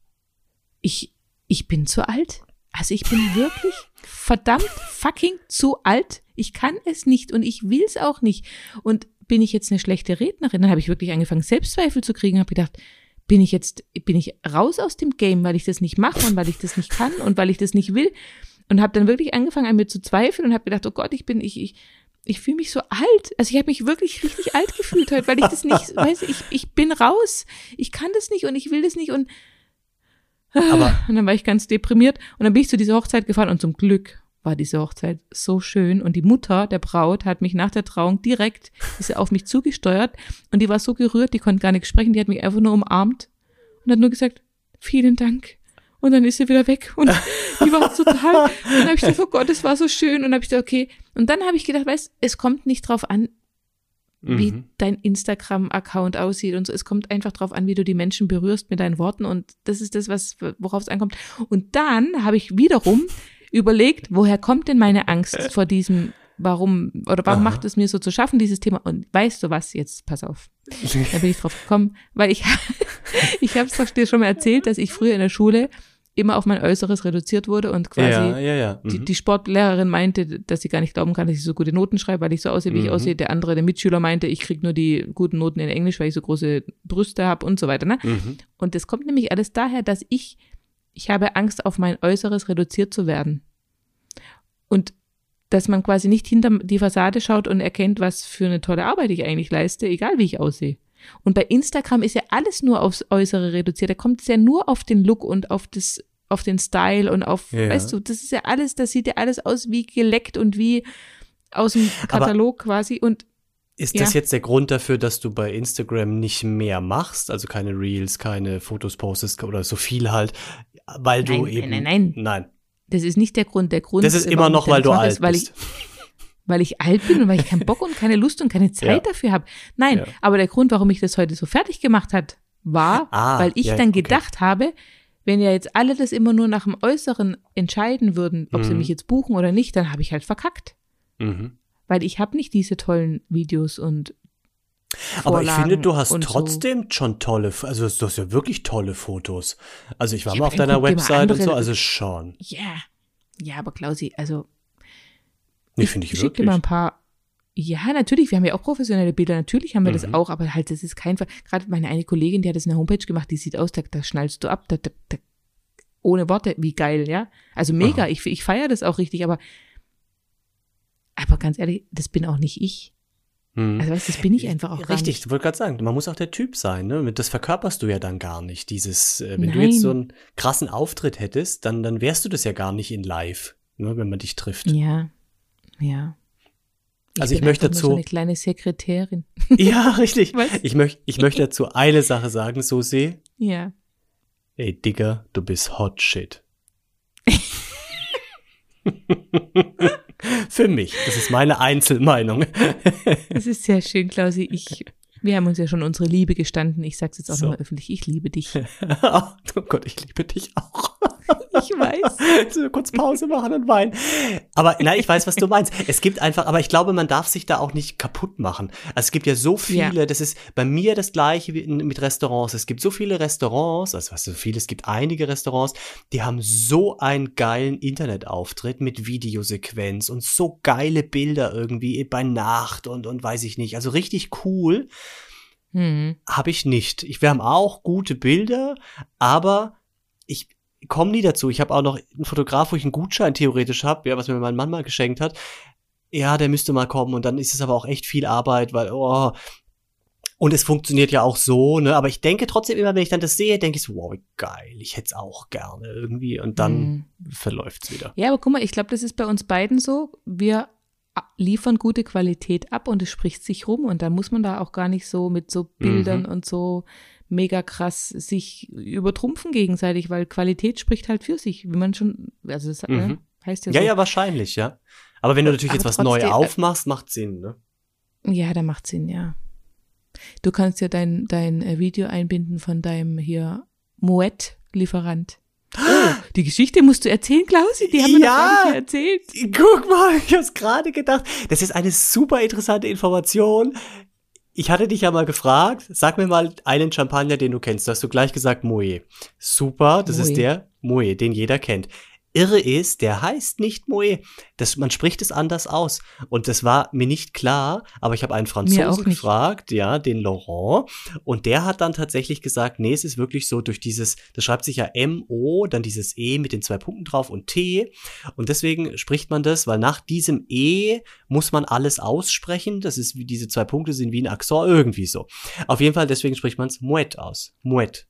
ich bin zu alt. Also ich bin wirklich verdammt fucking zu alt. Ich kann es nicht und ich will es auch nicht. Und bin ich jetzt eine schlechte Rednerin? Dann habe ich wirklich angefangen, Selbstzweifel zu kriegen. Habe gedacht, bin ich raus aus dem Game, weil ich das nicht mache und weil ich das nicht kann und weil ich das nicht will. Und habe dann wirklich angefangen, an mir zu zweifeln und habe gedacht, oh Gott, ich fühle mich so alt. Also ich habe mich wirklich richtig alt gefühlt heute, weil ich das nicht, ich bin raus. Ich kann das nicht und ich will das nicht und dann war ich ganz deprimiert und dann bin ich zu dieser Hochzeit gefahren und zum Glück war diese Hochzeit so schön und die Mutter der Braut hat mich nach der Trauung ist auf mich zugesteuert und die war so gerührt, die konnte gar nichts sprechen, die hat mich einfach nur umarmt und hat nur gesagt, vielen Dank. Und dann ist sie wieder weg und die war total, und dann habe ich gedacht, oh Gott, das war so schön und dann habe ich gedacht, okay. Und dann habe ich gedacht, weißt, es kommt nicht drauf an, wie dein Instagram-Account aussieht und so. Es kommt einfach drauf an, wie du die Menschen berührst mit deinen Worten und das ist das, worauf es ankommt. Und dann habe ich wiederum überlegt, woher kommt denn meine Angst vor diesem, warum macht es mir so zu schaffen, dieses Thema? Und weißt du was, jetzt pass auf. Da bin ich drauf gekommen, weil ich habe es doch dir schon mal erzählt, dass ich früher in der Schule immer auf mein Äußeres reduziert wurde und quasi die Sportlehrerin meinte, dass sie gar nicht glauben kann, dass ich so gute Noten schreibe, weil ich so aussehe, wie ich aussehe. Der Mitschüler meinte, ich kriege nur die guten Noten in Englisch, weil ich so große Brüste habe und so weiter. Ne? Und das kommt nämlich alles daher, dass ich habe Angst, auf mein Äußeres reduziert zu werden. Und dass man quasi nicht hinter die Fassade schaut und erkennt, was für eine tolle Arbeit ich eigentlich leiste, egal wie ich aussehe. Und bei Instagram ist ja alles nur aufs Äußere reduziert. Da kommt es ja nur auf den Look und auf den Style und weißt du, das ist ja alles, das sieht ja alles aus wie geleckt und wie aus dem Katalog quasi. Und ist das jetzt der Grund dafür, dass du bei Instagram nicht mehr machst? Also keine Reels, keine Fotos postest oder so viel halt, weil du Nein. Das ist nicht der Grund. Der Grund das ist immer noch, weil du alt bist. Weil ich alt bin und weil ich keinen Bock und keine Lust und keine Zeit dafür habe. Nein, aber der Grund, warum mich das heute so fertig gemacht hat, war, weil ich dann gedacht habe, wenn ja jetzt alle das immer nur nach dem Äußeren entscheiden würden, ob sie mich jetzt buchen oder nicht, dann habe ich halt verkackt. Weil ich habe nicht diese tollen Videos und Vorlagen. Aber ich finde, du hast trotzdem schon tolle, also du hast ja wirklich tolle Fotos. Also ich war mal auf deiner Website und so, also schon. Ja, aber Klausi, also nee, finde ich schick dir mal ein paar. Ja, natürlich, wir haben ja auch professionelle Bilder, natürlich haben wir das auch, aber halt, das ist kein Fall. Gerade meine eine Kollegin, die hat das in der Homepage gemacht, die sieht aus, da schnallst du ab, ohne Worte, wie geil, ja. Also mega, ich feiere das auch richtig, aber ganz ehrlich, das bin auch nicht ich. Also weißt du, das bin ich einfach auch gar nicht. Richtig, ich wollte gerade sagen, man muss auch der Typ sein, ne? Das verkörperst du ja dann gar nicht. Wenn du jetzt so einen krassen Auftritt hättest, dann wärst du das ja gar nicht in live, ne, wenn man dich trifft. Ja. Also ich möchte dazu so eine kleine Sekretärin. Ja, richtig. Ich möchte dazu eine Sache sagen, Susi. Ja. Ey, Digga, du bist hot shit. Für mich. Das ist meine Einzelmeinung. Das ist sehr schön, Klausi. Wir haben uns ja schon unsere Liebe gestanden. Ich sag's jetzt auch nochmal öffentlich. Ich liebe dich. Oh Gott, ich liebe dich auch. Ich weiß. So kurz Pause machen und weinen. Aber nein, ich weiß, was du meinst. Es gibt einfach, aber ich glaube, man darf sich da auch nicht kaputt machen. Also es gibt ja so viele, das ist bei mir das Gleiche wie mit Restaurants. Es gibt so viele Restaurants, also was so viele, es gibt einige Restaurants, die haben so einen geilen Internetauftritt mit Videosequenz und so geile Bilder irgendwie bei Nacht und weiß ich nicht. Also richtig cool. Habe ich nicht. Wir haben auch gute Bilder, aber ich komme nie dazu. Ich habe auch noch einen Fotograf, wo ich einen Gutschein theoretisch habe, ja, was mir mein Mann mal geschenkt hat. Ja, der müsste mal kommen und dann ist es aber auch echt viel Arbeit, weil, und es funktioniert ja auch so, ne, aber ich denke trotzdem immer, wenn ich dann das sehe, denke ich so, wow, wie geil, ich hätte es auch gerne irgendwie und dann verläuft's wieder. Ja, aber guck mal, ich glaube, das ist bei uns beiden so, wir liefern gute Qualität ab und es spricht sich rum und dann muss man da auch gar nicht so mit so Bildern und so mega krass sich übertrumpfen gegenseitig, weil Qualität spricht halt für sich, wie man schon, also das heißt ja so. Ja, wahrscheinlich, ja. Aber wenn du natürlich jetzt was neu aufmachst, macht Sinn, ne? Ja, da macht Sinn, ja. Du kannst ja dein Video einbinden von deinem hier Moet-Lieferant. Oh, die Geschichte musst du erzählen, Klausi, die haben wir noch gar nicht erzählt. Guck mal, ich hab's gerade gedacht. Das ist eine super interessante Information. Ich hatte dich ja mal gefragt, sag mir mal einen Champagner, den du kennst. Da hast du gleich gesagt Moet. Super, das ist der Moet, den jeder kennt. Irre ist, der heißt nicht Moet. Man spricht es anders aus. Und das war mir nicht klar, aber ich habe einen Franzosen gefragt, ja, den Laurent. Und der hat dann tatsächlich gesagt, nee, es ist wirklich so durch dieses, das schreibt sich ja M-O, dann dieses E mit den 2 Punkten drauf und T. Und deswegen spricht man das, weil nach diesem E muss man alles aussprechen. Das ist wie diese 2 Punkte sind wie ein Akzent, irgendwie so. Auf jeden Fall, deswegen spricht man es Moet aus. Moet.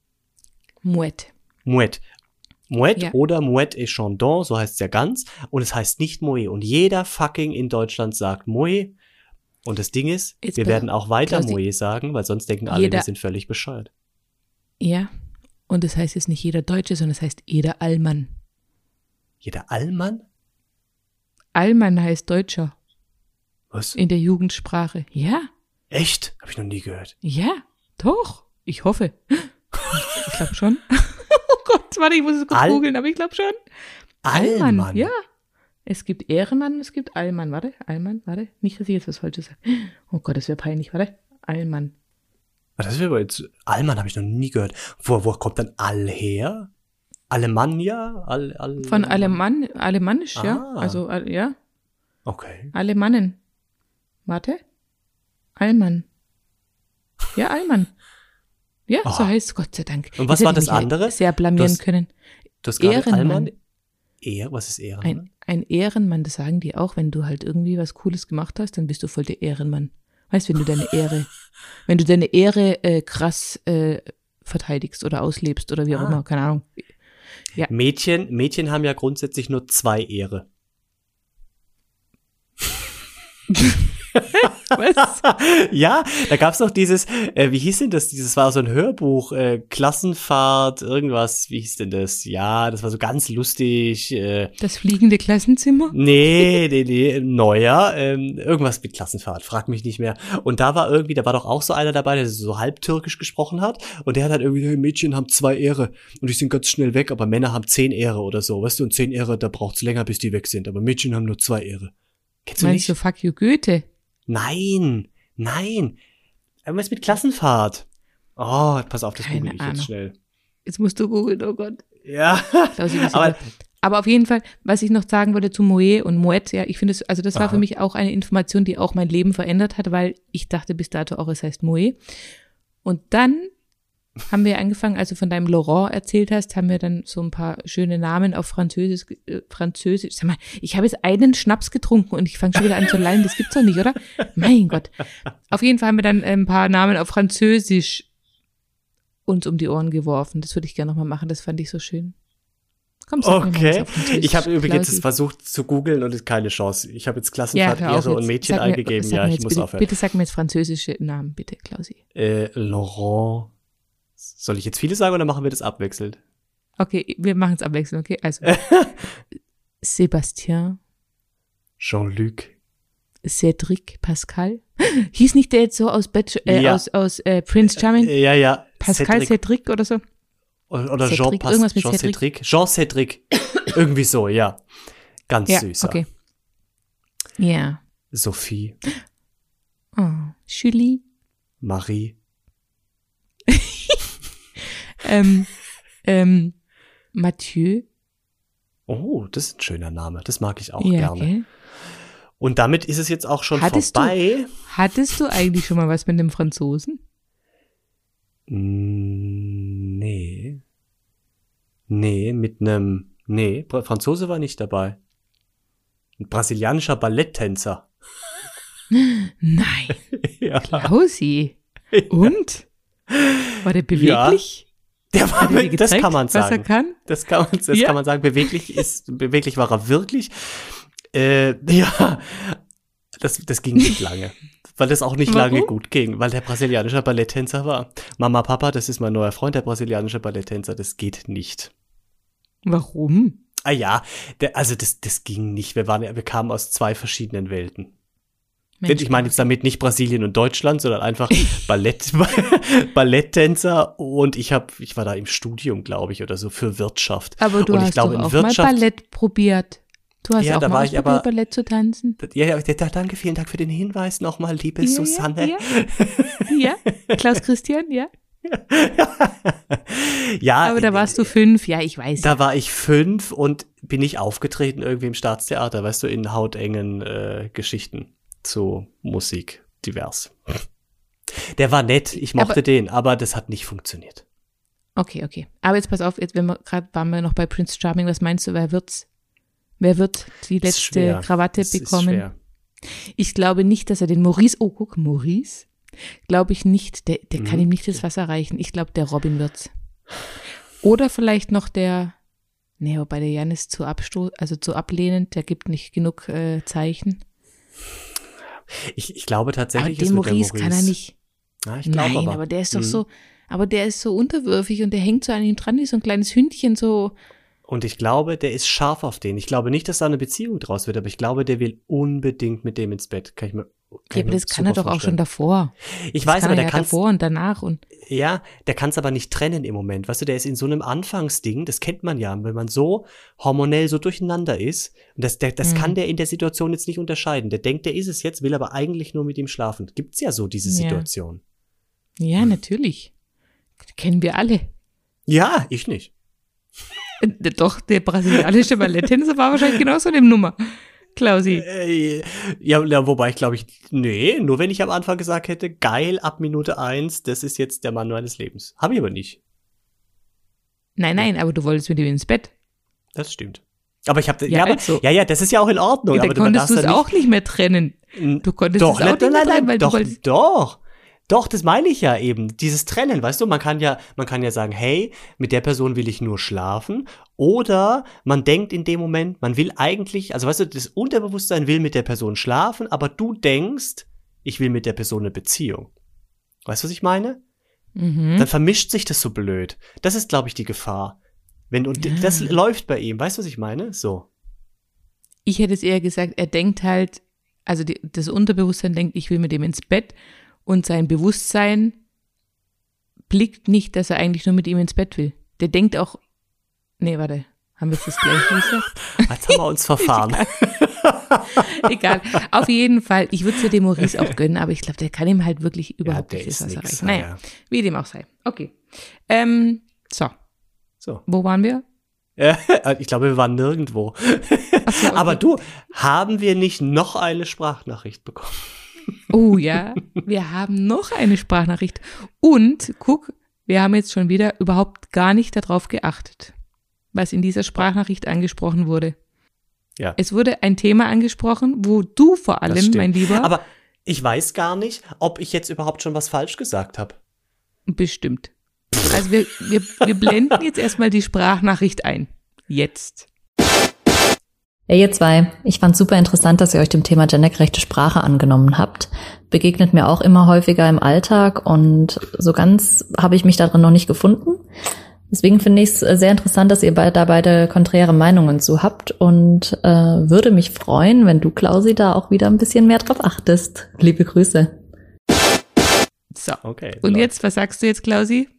Moet oder Moet et Chandon, so heißt es ja ganz. Und es heißt nicht Moet. Und jeder fucking in Deutschland sagt Moet. Und das Ding ist, wir werden auch weiter Moet sagen, weil sonst denken alle, wir sind völlig bescheuert. Ja, und das heißt jetzt nicht jeder Deutsche, sondern es heißt jeder Allmann. Jeder Allmann? Allmann heißt Deutscher. Was? In der Jugendsprache. Ja. Echt? Hab ich noch nie gehört. Ja, doch. Ich hoffe. Ich glaube schon. Oh Gott, warte, ich muss es kurz googeln, aber ich glaube schon. Allmann? Ja. Es gibt Ehrenmann, es gibt Allmann. Warte. Nicht, dass ich jetzt was Falsches sage. Oh Gott, das wäre peinlich. Warte. Allmann. Das wäre aber jetzt, Allmann habe ich noch nie gehört. Wo kommt dann All her? Alemannia? Von Alemannisch, ja. Also, ja. Okay. Alemannen. Warte. Allmann. Ja, Allmann. Ja, so heißt es, Gott sei Dank. Und was war das andere? Sehr blamieren können. Du hast gerade Allmann. Was ist Ehrenmann? Ein Ehrenmann, das sagen die auch, wenn du halt irgendwie was Cooles gemacht hast, dann bist du voll der Ehrenmann. Weißt du, wenn du deine Ehre krass verteidigst oder auslebst oder wie auch immer, keine Ahnung. Ja. Mädchen haben ja grundsätzlich nur 2 Ehre. Was? Ja, da gab's noch dieses, wie hieß denn das? Dieses war so ein Hörbuch, Klassenfahrt, irgendwas, wie hieß denn das? Ja, das war so ganz lustig. Das fliegende Klassenzimmer? Nee, neuer, irgendwas mit Klassenfahrt, frag mich nicht mehr. Und da war doch auch so einer dabei, der so halb türkisch gesprochen hat und der hat halt irgendwie, Mädchen haben 2 Ehre und die sind ganz schnell weg, aber Männer haben 10 Ehre oder so, weißt du, und 10 Ehre, da braucht's länger, bis die weg sind, aber Mädchen haben nur 2 Ehre. Kennst du nicht? Meinst du Fuck you Goethe? Nein. Irgendwas mit Klassenfahrt. Oh, pass auf, das google ich jetzt schnell. Jetzt musst du googeln, oh Gott. Ja, Aber auf jeden Fall, was ich noch sagen wollte zu Moet und Moet, ja, ich finde es, also das war für mich auch eine Information, die auch mein Leben verändert hat, weil ich dachte bis dato auch, es heißt Moet. Und dann haben wir angefangen, als du von deinem Laurent erzählt hast, haben wir dann so ein paar schöne Namen auf Französisch. Sag mal, ich habe jetzt einen Schnaps getrunken und ich fange schon wieder an zu lallen, das gibt's doch nicht, oder? Mein Gott. Auf jeden Fall haben wir dann ein paar Namen auf Französisch uns um die Ohren geworfen. Das würde ich gerne nochmal machen, das fand ich so schön. Komm, sag mir mal was auf Französisch, ich habe übrigens Klausi. versucht zu googeln und keine Chance. Ich habe jetzt Klassenfahrt Ehre und Mädchen eingegeben. Ja, ich muss aufhören. Bitte sag mir jetzt französische Namen, bitte, Klausi. Laurent. Soll ich jetzt viele sagen oder machen wir das abwechselnd? Okay, wir machen es abwechselnd, okay? Also, Sébastien. Jean-Luc. Cédric Pascal. Hieß nicht der jetzt so aus Prince Charming? Ja. Pascal Cédric oder so? Oder Cédric, irgendwas mit Cédric. Jean-Cédric. Irgendwie so, ja. Ganz süßer. Okay. Ja. Sophie. Oh, Julie. Marie. Mathieu. Oh, das ist ein schöner Name. Das mag ich auch Ja, gerne. okay. Und damit ist es jetzt auch schon vorbei. Hattest du eigentlich schon mal was mit einem Franzosen? Nee, Franzose war nicht dabei. Ein brasilianischer Balletttänzer. Nein. Ja. Klausi. Und? War der beweglich? Der war, das kann man sagen. Was er kann? Das kann man sagen. Beweglich war er wirklich. Das ging nicht lange. Weil das auch nicht lange gut ging, weil der brasilianische Balletttänzer war. Mama, Papa, das ist mein neuer Freund, der brasilianische Balletttänzer, das geht nicht. Warum? Das ging nicht. Wir kamen aus 2 verschiedenen Welten. Mensch, ich meine jetzt damit nicht Brasilien und Deutschland, sondern einfach Balletttänzer und ich war da im Studium, glaube ich, oder so für Wirtschaft. Aber du hast doch auch mal Ballett probiert. Du hast auch mal ausprobiert, Ballett zu tanzen. Ja, danke, vielen Dank für den Hinweis nochmal, liebe Susanne. Ja, Klaus Christian, ja. Ja. Aber da warst du 5, ja, ich weiß. Da war ich 5 und bin ich aufgetreten irgendwie im Staatstheater, weißt du, in hautengen Geschichten zu Musik, divers. Der war nett, ich mochte den, aber das hat nicht funktioniert. Okay. Aber jetzt pass auf, jetzt waren wir noch bei Prince Charming, was meinst du, wer wird die letzte Krawatte bekommen? Ist schwer. Ich glaube nicht, dass er den Maurice, Maurice, glaube ich nicht, der kann ihm nicht das Wasser reichen. Ich glaube, der Robin wird's. Oder vielleicht noch wobei der Jan ist zu ablehnend, der gibt nicht genug Zeichen. Ich glaube tatsächlich, aber den Maurice kann er nicht. Ja, ich glaube Nein, aber der ist doch so, aber der ist so unterwürfig und der hängt so an ihm dran wie so ein kleines Hündchen so. Und ich glaube, der ist scharf auf den. Ich glaube nicht, dass da eine Beziehung draus wird, aber ich glaube, der will unbedingt mit dem ins Bett. Aber das kann er doch auch schon davor. Ich weiß, aber der kann davor und danach und. Ja, der kann es aber nicht trennen im Moment. Weißt du, der ist in so einem Anfangsding, das kennt man ja, wenn man so hormonell so durcheinander ist. Und das kann der in der Situation jetzt nicht unterscheiden. Der denkt, der ist es jetzt, will aber eigentlich nur mit ihm schlafen. Gibt's ja so diese Situation. Ja, natürlich. Kennen wir alle. Ja, ich nicht. Doch, der brasilianische Balletttänzer war wahrscheinlich genauso eine Nummer. Klausi. Ja, wobei nur wenn ich am Anfang gesagt hätte, geil, ab Minute 1, das ist jetzt der Mann meines Lebens. Habe ich aber nicht. Nein, aber du wolltest mit ihm ins Bett. Das stimmt. Aber ich habe, das ist ja auch in Ordnung. Ja, aber konntest du es auch nicht mehr trennen. Du konntest es auch nicht mehr trennen, weil du wolltest. Doch, das meine ich ja eben. Dieses Trennen, weißt du, man kann ja sagen, hey, mit der Person will ich nur schlafen. Oder man denkt in dem Moment, man will eigentlich, also weißt du, das Unterbewusstsein will mit der Person schlafen, aber du denkst, ich will mit der Person eine Beziehung. Weißt du, was ich meine? Dann vermischt sich das so blöd. Das ist, glaube ich, die Gefahr. Das läuft bei ihm. Weißt du, was ich meine? So. Ich hätte es eher gesagt, er denkt halt, also das Unterbewusstsein denkt, ich will mit dem ins Bett. Und sein Bewusstsein blickt nicht, dass er eigentlich nur mit ihm ins Bett will. Der denkt auch, haben wir jetzt das gleiche gesagt? Jetzt haben wir uns verfahren. Egal. Auf jeden Fall, ich würde es ja dem Maurice auch gönnen, aber ich glaube, der kann ihm halt wirklich überhaupt nicht das Wasser reichen. Naja, wie dem auch sei. Okay. So. Wo waren wir? Ich glaube, wir waren nirgendwo. So, okay. Aber du, haben wir nicht noch eine Sprachnachricht bekommen? Oh ja, wir haben noch eine Sprachnachricht. Und guck, wir haben jetzt schon wieder überhaupt gar nicht darauf geachtet, was in dieser Sprachnachricht angesprochen wurde. Ja. Es wurde ein Thema angesprochen, wo du vor allem, mein Lieber. Aber ich weiß gar nicht, ob ich jetzt überhaupt schon was falsch gesagt habe. Bestimmt. Also wir blenden jetzt erstmal die Sprachnachricht ein. Jetzt. Hey ihr zwei, ich fand super interessant, dass ihr euch dem Thema gendergerechte Sprache angenommen habt. Begegnet mir auch immer häufiger im Alltag und so ganz habe ich mich darin noch nicht gefunden. Deswegen finde ich es sehr interessant, dass ihr da beide konträre Meinungen zu habt und würde mich freuen, wenn du, Klausi, da auch wieder ein bisschen mehr drauf achtest. Liebe Grüße. So, okay. Und jetzt, was sagst du jetzt, Klausi?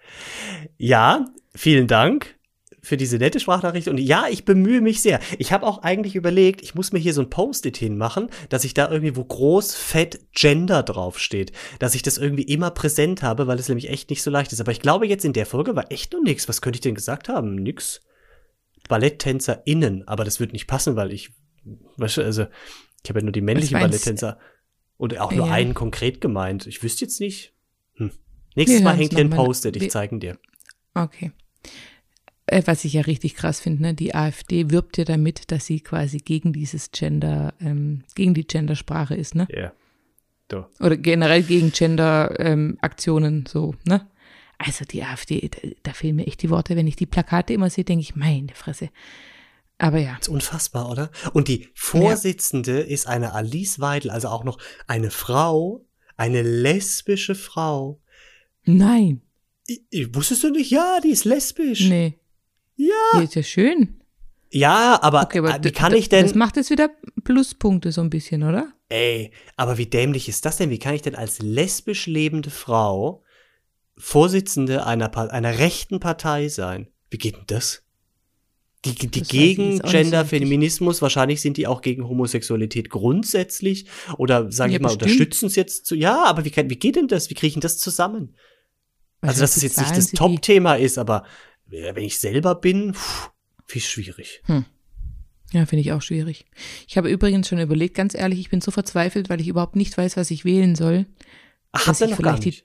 Ja, vielen Dank für diese nette Sprachnachricht. Und ja, ich bemühe mich sehr. Ich habe auch eigentlich überlegt, ich muss mir hier so ein Post-it hinmachen, dass ich da irgendwie, wo groß, fett Gender draufsteht, dass ich das irgendwie immer präsent habe, weil es nämlich echt nicht so leicht ist. Aber ich glaube, jetzt in der Folge war echt noch nichts. Was könnte ich denn gesagt haben? Nix. BalletttänzerInnen. Aber das wird nicht passen, weil ich habe ja nur die männlichen Balletttänzer und auch nur einen konkret gemeint. Ich wüsste jetzt nicht. Nächstes Mal hängt hier ein Post-it, ich zeige ihn dir. Okay. Was ich ja richtig krass finde, ne? Die AfD wirbt ja damit, dass sie quasi gegen dieses Gender, gegen die Gendersprache ist, ne? Ja. Yeah. Oder generell gegen Gender-Aktionen, so, ne? Also die AfD, da fehlen mir echt die Worte. Wenn ich die Plakate immer sehe, denke ich, meine Fresse. Aber ja. Das ist unfassbar, oder? Und die Vorsitzende ist eine Alice Weidel, also auch noch eine Frau, eine lesbische Frau. Nein. Wusstest du nicht? Ja, die ist lesbisch. Nee. Ja. Die ist ja schön. Ja, aber, okay, aber wie kann ich denn... Das macht jetzt wieder Pluspunkte so ein bisschen, oder? Ey, aber wie dämlich ist das denn? Wie kann ich denn als lesbisch lebende Frau Vorsitzende einer rechten Partei sein? Wie geht denn das? Die gegen Gender-Feminismus, wahrscheinlich sind die auch gegen Homosexualität grundsätzlich oder, sage ich mal, unterstützen es jetzt zu. Ja, aber wie geht denn das? Wie kriege ich denn das zusammen? Also, dass es jetzt nicht das Top-Thema ist, aber wenn ich selber bin, viel schwierig. Ja, finde ich auch schwierig. Ich habe übrigens schon überlegt, ganz ehrlich, ich bin so verzweifelt, weil ich überhaupt nicht weiß, was ich wählen soll. Ach, habt ihr noch gar nicht?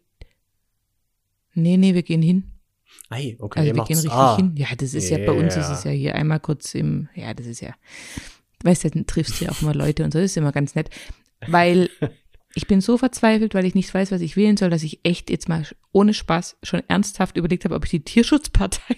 Nee, wir gehen hin. Okay, also wir gehen richtig hin. Ja, das ist ja bei uns, ist es ja hier einmal kurz das ist ja, weißt du, dann triffst du ja auch immer Leute und so, das ist immer ganz nett, weil ich bin so verzweifelt, weil ich nicht weiß, was ich wählen soll, dass ich echt jetzt mal ohne Spaß schon ernsthaft überlegt habe, ob ich die Tierschutzpartei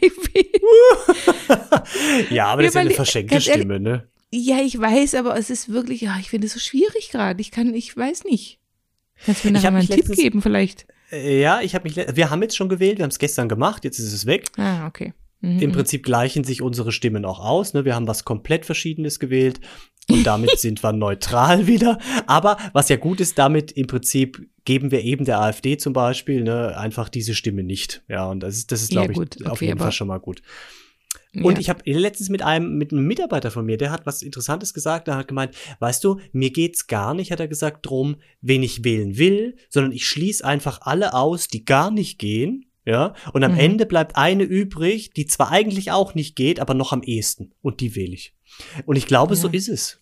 wähle. Ja, aber das ist ja eine verschenkte Stimme, ne? Ja, ich weiß, aber es ist wirklich, ich finde es so schwierig gerade. Ich weiß nicht. Kannst du mir nachher mal einen Tipp geben vielleicht? Ja, wir haben jetzt schon gewählt, wir haben es gestern gemacht, jetzt ist es weg. Ah, okay. Im Prinzip gleichen sich unsere Stimmen auch aus, ne? Wir haben was komplett Verschiedenes gewählt und damit sind wir neutral wieder. Aber was ja gut ist, damit im Prinzip geben wir eben der AfD zum Beispiel, ne, einfach diese Stimme nicht. Ja, und das ist glaube ich, auf jeden Fall schon mal gut. Und ich habe letztens mit einem Mitarbeiter von mir, der hat was Interessantes gesagt, der hat gemeint, weißt du, mir geht's gar nicht, hat er gesagt, drum, wen ich wählen will, sondern ich schließe einfach alle aus, die gar nicht gehen, ja, und am Ende bleibt eine übrig, die zwar eigentlich auch nicht geht, aber noch am ehesten, und die wähle ich. Und ich glaube, so ist es.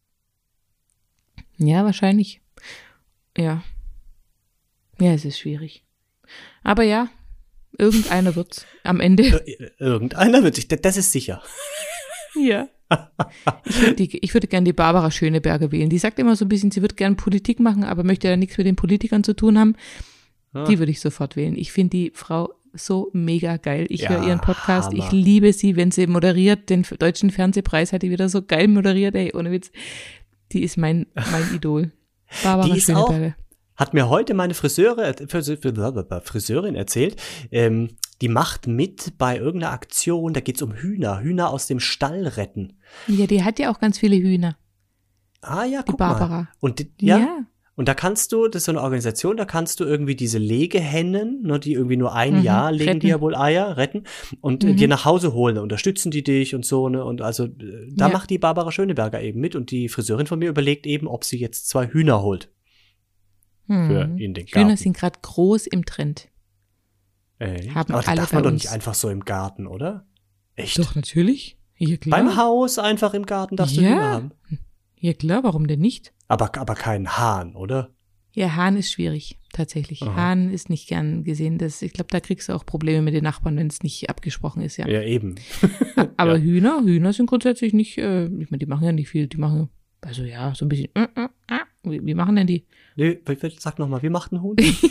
Ja, wahrscheinlich. Ja. Ja, es ist schwierig. Aber ja, irgendeiner wird's am Ende. Irgendeiner wird sich, das ist sicher. Ja. Ich würde gerne die Barbara Schöneberger wählen. Die sagt immer so ein bisschen, sie würde gerne Politik machen, aber möchte ja nichts mit den Politikern zu tun haben. Die würde ich sofort wählen. Ich finde die Frau so mega geil. Ich höre ihren Podcast. Hammer. Ich liebe sie, wenn sie moderiert. Den Deutschen Fernsehpreis hat die wieder so geil moderiert. Ey, ohne Witz. Die ist mein Idol. Barbara Schöneberger. Hat mir heute meine Friseurin erzählt, die macht mit bei irgendeiner Aktion, da geht's um Hühner aus dem Stall retten. Ja, die hat ja auch ganz viele Hühner. Ah ja, guck die Barbara. Mal. Und und da kannst du, das ist so eine Organisation, da kannst du irgendwie diese Legehennen, ne, die irgendwie nur ein Jahr legen, retten. Die ja wohl Eier, retten und dir nach Hause holen, da unterstützen die dich und so, ne, und also da macht die Barbara Schöneberger eben mit und die Friseurin von mir überlegt eben, ob sie jetzt 2 Hühner holt. Für in den Garten. Hühner sind gerade groß im Trend. Aber das darf man doch nicht einfach so im Garten, oder? Echt? Doch, natürlich. Ja, klar. Beim Haus einfach im Garten darfst du Hühner haben. Ja, klar, warum denn nicht? Aber kein Hahn, oder? Ja, Hahn ist schwierig, tatsächlich. Aha. Hahn ist nicht gern gesehen. Ich glaube, da kriegst du auch Probleme mit den Nachbarn, wenn es nicht abgesprochen ist, ja. Ja, eben. Aber Ja. Hühner sind grundsätzlich nicht, ich meine, die machen ja nicht viel, die machen, also ja, so ein bisschen, wie machen denn die? Nee, sag nochmal, wie macht ein Huhn? Ich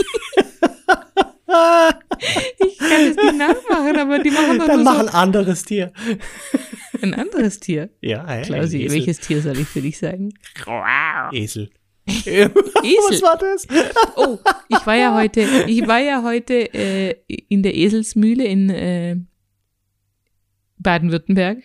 kann das nicht nachmachen, aber die machen doch Dann nur mach ein anderes Tier. so ein anderes Tier. Ja, hey, Klausi, Esel. welches Tier soll ich für dich sagen? Esel. Esel. Was war das? Oh, ich war ja heute in der Eselsmühle in Baden-Württemberg.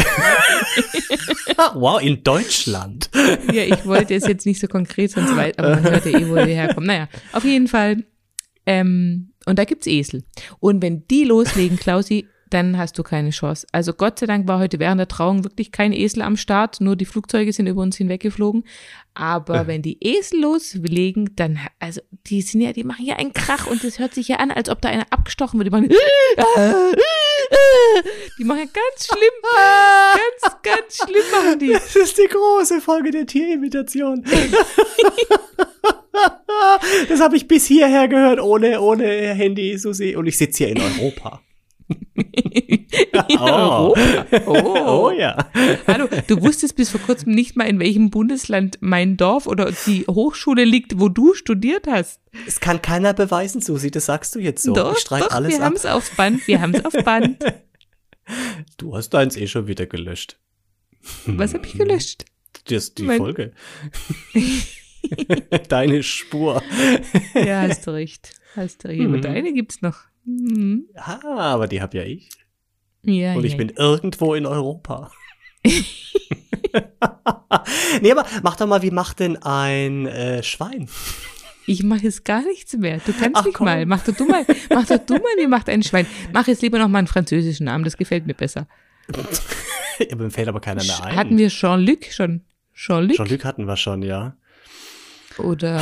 Wow, in Deutschland. Ja, ich wollte es jetzt nicht so konkret, sonst weit, aber man hört ja wo wir herkommen. Naja, auf jeden Fall. Und da gibt's Esel. Und wenn die loslegen, Klausi, dann hast du keine Chance. Also Gott sei Dank war heute während der Trauung wirklich kein Esel am Start, nur die Flugzeuge sind über uns hinweggeflogen. Aber wenn die Esel loslegen, dann, also die machen ja einen Krach und das hört sich ja an, als ob da einer abgestochen wird. Die machen ja ganz schlimm, ganz schlimm machen die. Das ist die große Folge der Tierimitation. Das habe ich bis hierher gehört, ohne Handy, Susi. Und ich sitze hier in Europa. In Europa? Oh ja. Hallo, du wusstest bis vor kurzem nicht mal, in welchem Bundesland mein Dorf oder die Hochschule liegt, wo du studiert hast. Es kann keiner beweisen, Susi, das sagst du jetzt so. Doch, ich streich alles wir ab. haben es auf Band, wir haben es auf Band. Du hast deins schon wieder gelöscht. Was habe ich gelöscht? Das ist die Folge. Deine Spur. Ja, hast du recht. Aber deine gibt's noch. Mhm. Ah, aber die hab ja ich. Ja, Und ich bin irgendwo in Europa. Nee, aber mach doch mal, wie macht denn ein Schwein? Ich mache jetzt gar nichts mehr. Du kannst mich komm. mal. Mach doch du mal, wie macht ein Schwein. Mach jetzt lieber noch mal einen französischen Namen, das gefällt mir besser. Ja, mir fällt aber keiner mehr ein. Hatten wir Jean-Luc schon? Jean-Luc? Jean-Luc hatten wir schon, ja. Oder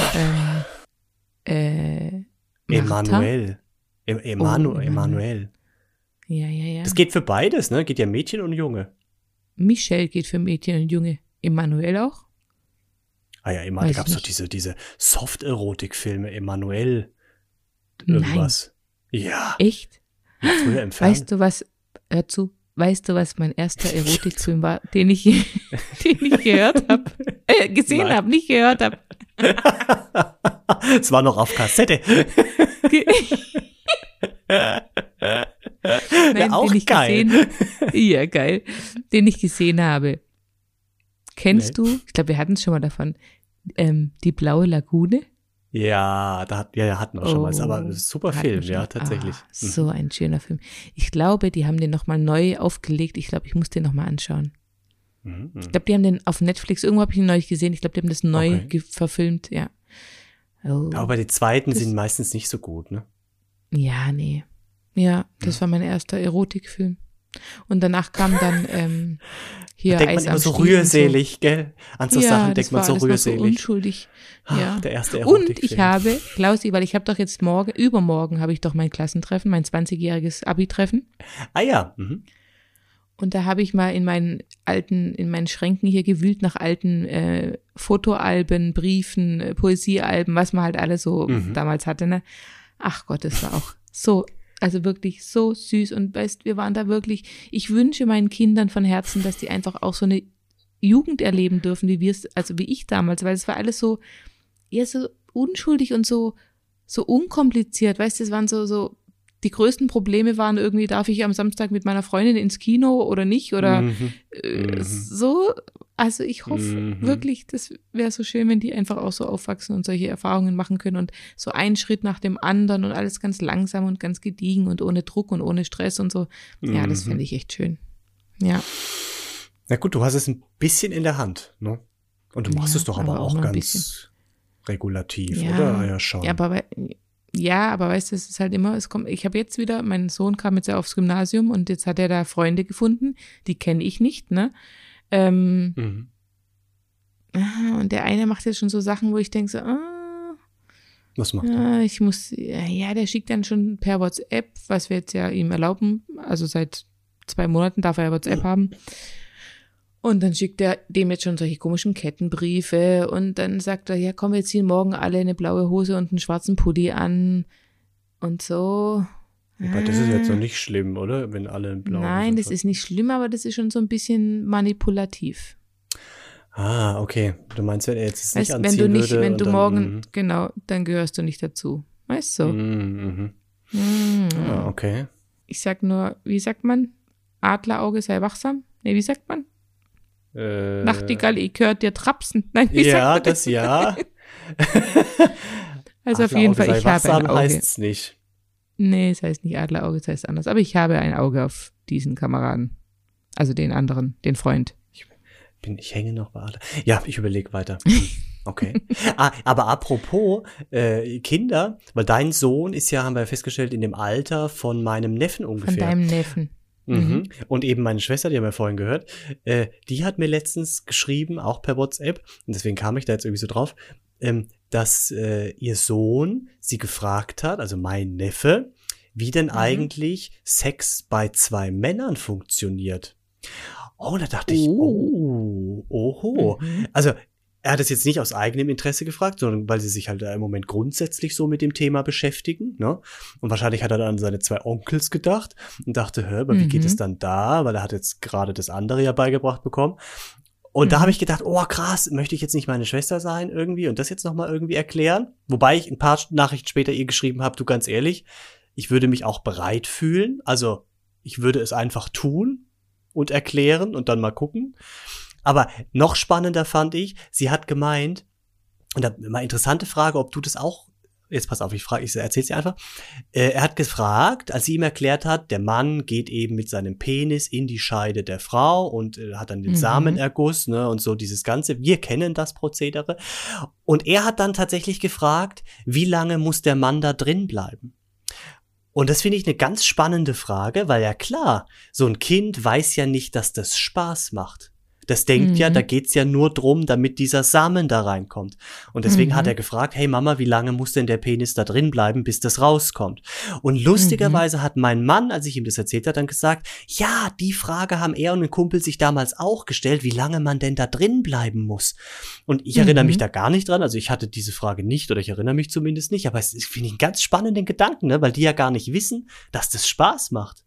Emanuel. Emanuel. Emanuel. Ja. Das geht für beides, ne? Geht ja Mädchen und Junge. Michel geht für Mädchen und Junge. Emanuel auch? Ah ja, immer, da Weiß gab's doch nicht. diese Soft-Erotik-Filme, Emanuel. Irgendwas. Ja. Echt? Ja, früher im Fernsehen. Weißt du was, hör zu, weißt du, was mein erster Erotikfilm war, den ich gehört habe? Gesehen Nein. habe, nicht gehört habe. Es war noch auf Kassette. Nein, auch den ich geil. Ja, geil. Den ich gesehen habe. Kennst Nee. du, ich glaube, wir hatten es schon mal davon, die Blaue Lagune? Ja, hatten wir schon mal. Ist aber ein super Hatten Film, wir schon. ja, tatsächlich. So ein schöner Film. Ich glaube, die haben den nochmal neu aufgelegt. Ich glaube, ich muss den nochmal anschauen. Mhm. Ich glaube, die haben den auf Netflix, irgendwo habe ich ihn neulich gesehen. Ich glaube, die haben das neu Okay. verfilmt, ja. Oh. Aber die zweiten Das- sind meistens nicht so gut, ne? Ja, nee. Ja, das war mein erster Erotikfilm. Und danach kam dann hier Da denkt Eis man immer am so Stiel und rührselig, gell? An so Ja, Sachen das denkt man war so alles noch rührselig. so unschuldig. Ja. Der erste Und Erotikfilm. ich habe, Klausi, weil ich habe doch jetzt übermorgen habe ich doch mein Klassentreffen, mein 20-jähriges Abi-Treffen. Ah ja. Mhm. Und da habe ich mal in meinen Schränken hier gewühlt nach alten Fotoalben, Briefen, Poesiealben, was man halt alles so damals hatte, ne? Ach Gott, das war auch so, also wirklich so süß und weißt, wir waren da wirklich, ich wünsche meinen Kindern von Herzen, dass die einfach auch so eine Jugend erleben dürfen, wie wir es, also wie ich damals, weil es war alles so, ja, so unschuldig und so unkompliziert, weißt du, es waren so, die größten Probleme waren irgendwie, darf ich am Samstag mit meiner Freundin ins Kino oder nicht oder so, also ich hoffe wirklich, das wäre so schön, wenn die einfach auch so aufwachsen und solche Erfahrungen machen können und so einen Schritt nach dem anderen und alles ganz langsam und ganz gediegen und ohne Druck und ohne Stress und so. Ja, das fände ich echt schön. Ja. Na gut, du hast es ein bisschen in der Hand, ne? Und du machst Ja, es doch aber aber auch auch nur ein ganz regulativ, Ja. oder? Ja, schon. Ja, aber weißt du, es ist halt immer, ich habe jetzt wieder, mein Sohn kam jetzt ja aufs Gymnasium und jetzt hat er da Freunde gefunden, die kenne ich nicht, ne? Und der eine macht jetzt schon so Sachen, wo ich denke so, Was macht er? ich muss, ja, der schickt dann schon per WhatsApp, was wir jetzt ja ihm erlauben, also seit 2 Monaten darf er ja WhatsApp haben. Und dann schickt er dem jetzt schon solche komischen Kettenbriefe und dann sagt er, ja komm, wir ziehen morgen alle eine blaue Hose und einen schwarzen Pulli an und so. Aber das ist jetzt noch nicht schlimm, oder? Wenn alle einen blauen Nein, das ist nicht schlimm, aber das ist schon so ein bisschen manipulativ. Ah, okay. Du meinst, wenn er jetzt es nicht weißt, anziehen würde. Wenn du dann, morgen, genau, dann gehörst du nicht dazu. Weißt du? Ah, okay. Ich sag nur, wie sagt man? Adlerauge sei wachsam? Nee, wie sagt man? Nachtigall, ich hört dir trapsen. Nein, wie sagt man das? Ja. Also auf jeden Fall, ich habe ein Auge. Heißt's nicht. Nee, es heißt nicht Adlerauge, es heißt anders. Aber ich habe ein Auge auf diesen Kameraden. Also den anderen, den Freund. Ich hänge noch bei Adler. Ja, ich überlege weiter. Okay. Aber apropos Kinder, weil dein Sohn ist ja, haben wir festgestellt, in dem Alter von meinem Neffen ungefähr. Von deinem Neffen. Mhm. Und eben meine Schwester, die haben wir vorhin gehört, die hat mir letztens geschrieben, auch per WhatsApp, und deswegen kam ich da jetzt irgendwie so drauf, dass ihr Sohn sie gefragt hat, also mein Neffe, wie denn eigentlich Sex bei 2 Männern funktioniert. Oh, da dachte ich, oho. Also er hat es jetzt nicht aus eigenem Interesse gefragt, sondern weil sie sich halt im Moment grundsätzlich so mit dem Thema beschäftigen, ne? Und wahrscheinlich hat er dann an seine 2 Onkels gedacht und dachte, aber wie geht es dann da? Weil er hat jetzt gerade das andere ja beigebracht bekommen. Und da habe ich gedacht, oh krass, möchte ich jetzt nicht meine Schwester sein irgendwie und das jetzt nochmal irgendwie erklären? Wobei ich ein paar Nachrichten später ihr geschrieben habe, du ganz ehrlich, ich würde mich auch bereit fühlen. Also ich würde es einfach tun und erklären und dann mal gucken. Aber noch spannender fand ich, sie hat gemeint, und da mal interessante Frage, ob du das auch, jetzt pass auf, ich erzähl's dir einfach. Er hat gefragt, als sie ihm erklärt hat, der Mann geht eben mit seinem Penis in die Scheide der Frau und hat dann den Samenerguss, ne, und so dieses Ganze. Wir kennen das Prozedere. Und er hat dann tatsächlich gefragt, wie lange muss der Mann da drin bleiben? Und das finde ich eine ganz spannende Frage, weil ja klar, so ein Kind weiß ja nicht, dass das Spaß macht. Das denkt ja, da geht's ja nur drum, damit dieser Samen da reinkommt. Und deswegen hat er gefragt, hey Mama, wie lange muss denn der Penis da drin bleiben, bis das rauskommt? Und lustigerweise hat mein Mann, als ich ihm das erzählt habe, dann gesagt, ja, die Frage haben er und ein Kumpel sich damals auch gestellt, wie lange man denn da drin bleiben muss. Und ich erinnere mich da gar nicht dran, also ich hatte diese Frage nicht, oder ich erinnere mich zumindest nicht, aber es finde ich einen ganz spannenden Gedanken, ne? Weil die ja gar nicht wissen, dass das Spaß macht.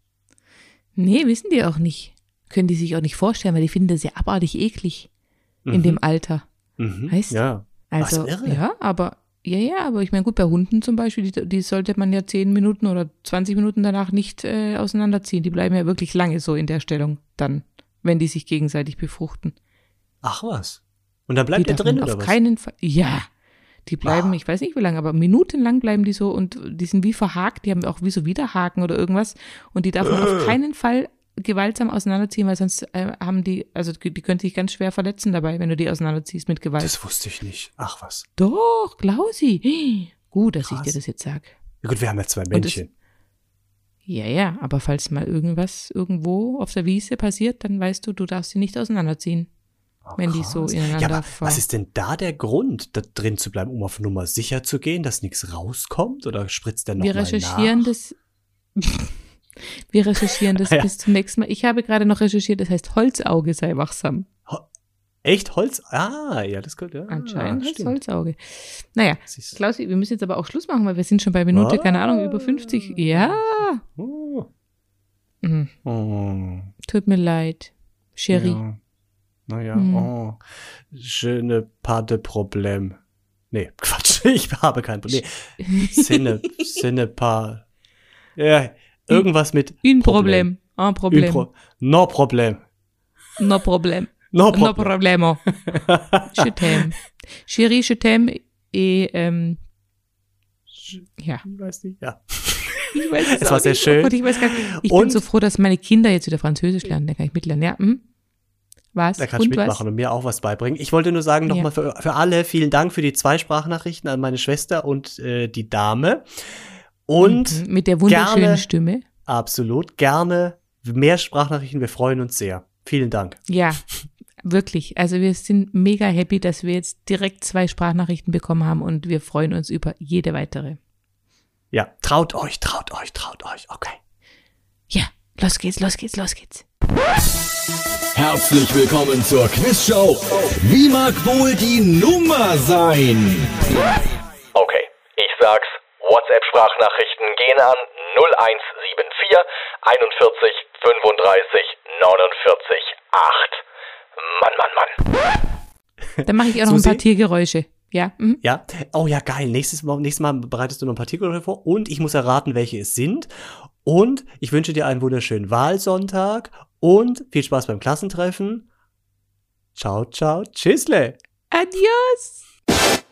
Nee, wissen die auch nicht. Können die sich auch nicht vorstellen, weil die finden das ja abartig eklig in dem Alter. Heißt? Ja. Also, irre. ja, aber ich meine, gut, bei Hunden zum Beispiel, die sollte man ja 10 Minuten oder 20 Minuten danach nicht auseinanderziehen. Die bleiben ja wirklich lange so in der Stellung dann, wenn die sich gegenseitig befruchten. Ach was. Und dann bleibt der drin, oder was? Auf keinen Fall. Ja. Die bleiben, ich weiß nicht wie lange, aber minutenlang bleiben die so und die sind wie verhakt, die haben auch wie so Widerhaken oder irgendwas und die darf man auf keinen Fall gewaltsam auseinanderziehen, weil sonst haben die können sich ganz schwer verletzen dabei, wenn du die auseinanderziehst mit Gewalt. Das wusste ich nicht. Ach was. Doch, Klausi. Gut, dass ich dir das jetzt sage. Ja gut, wir haben ja 2 Männchen. Ja, aber falls mal irgendwas irgendwo auf der Wiese passiert, dann weißt du, du darfst sie nicht auseinanderziehen. Wenn die so ineinander fahren. Was ist denn da der Grund, da drin zu bleiben, um auf Nummer sicher zu gehen, dass nichts rauskommt? Oder spritzt der noch mal nach? Wir recherchieren das bis zum nächsten Mal. Ich habe gerade noch recherchiert, das heißt Holzauge sei wachsam. Echt? Holz? Ah, ja, das könnte, ja. Anscheinend heißt Holzauge. Naja, Klausi, wir müssen jetzt aber auch Schluss machen, weil wir sind schon bei Minute, keine Ahnung, über 50. Ja. Tut mir leid. Chérie. Ja. Naja, je ne pas de problème. Nee, Quatsch, ich habe kein Problem. Sinne pas. Ja, irgendwas mit Un Problem. Un Problem. No Problem. No Problem. No Problemo. Je t'aime. Chérie, je t'aime. Et, ja. Ich weiß nicht, ja. Ich weiß es war sehr schön. Ich bin so froh, dass meine Kinder jetzt wieder Französisch lernen. Da kann ich mitlernen. Ja, Was? Da kannst du mitmachen und mir auch was beibringen. Ich wollte nur sagen, nochmal für alle, vielen Dank für die 2 Sprachnachrichten an meine Schwester und die Dame. Und mit der wunderschönen Stimme. Absolut, gerne mehr Sprachnachrichten, wir freuen uns sehr. Vielen Dank. Ja, wirklich. Also wir sind mega happy, dass wir jetzt direkt 2 Sprachnachrichten bekommen haben und wir freuen uns über jede weitere. Ja, traut euch, okay. Ja, Los geht's. Herzlich willkommen zur Quizshow. Wie mag wohl die Nummer sein? Okay, ich sag's. WhatsApp-Sprachnachrichten gehen an 0174 41 35 49 8. Mann. Dann mache ich auch noch Susi? ein paar Tiergeräusche. Ja. Mhm. Ja. Oh ja, geil. Nächstes Mal bereitest du noch ein paar Artikel vor und ich muss erraten, welche es sind. Und ich wünsche dir einen wunderschönen Wahlsonntag und viel Spaß beim Klassentreffen. Ciao, ciao, tschüssle. Adios.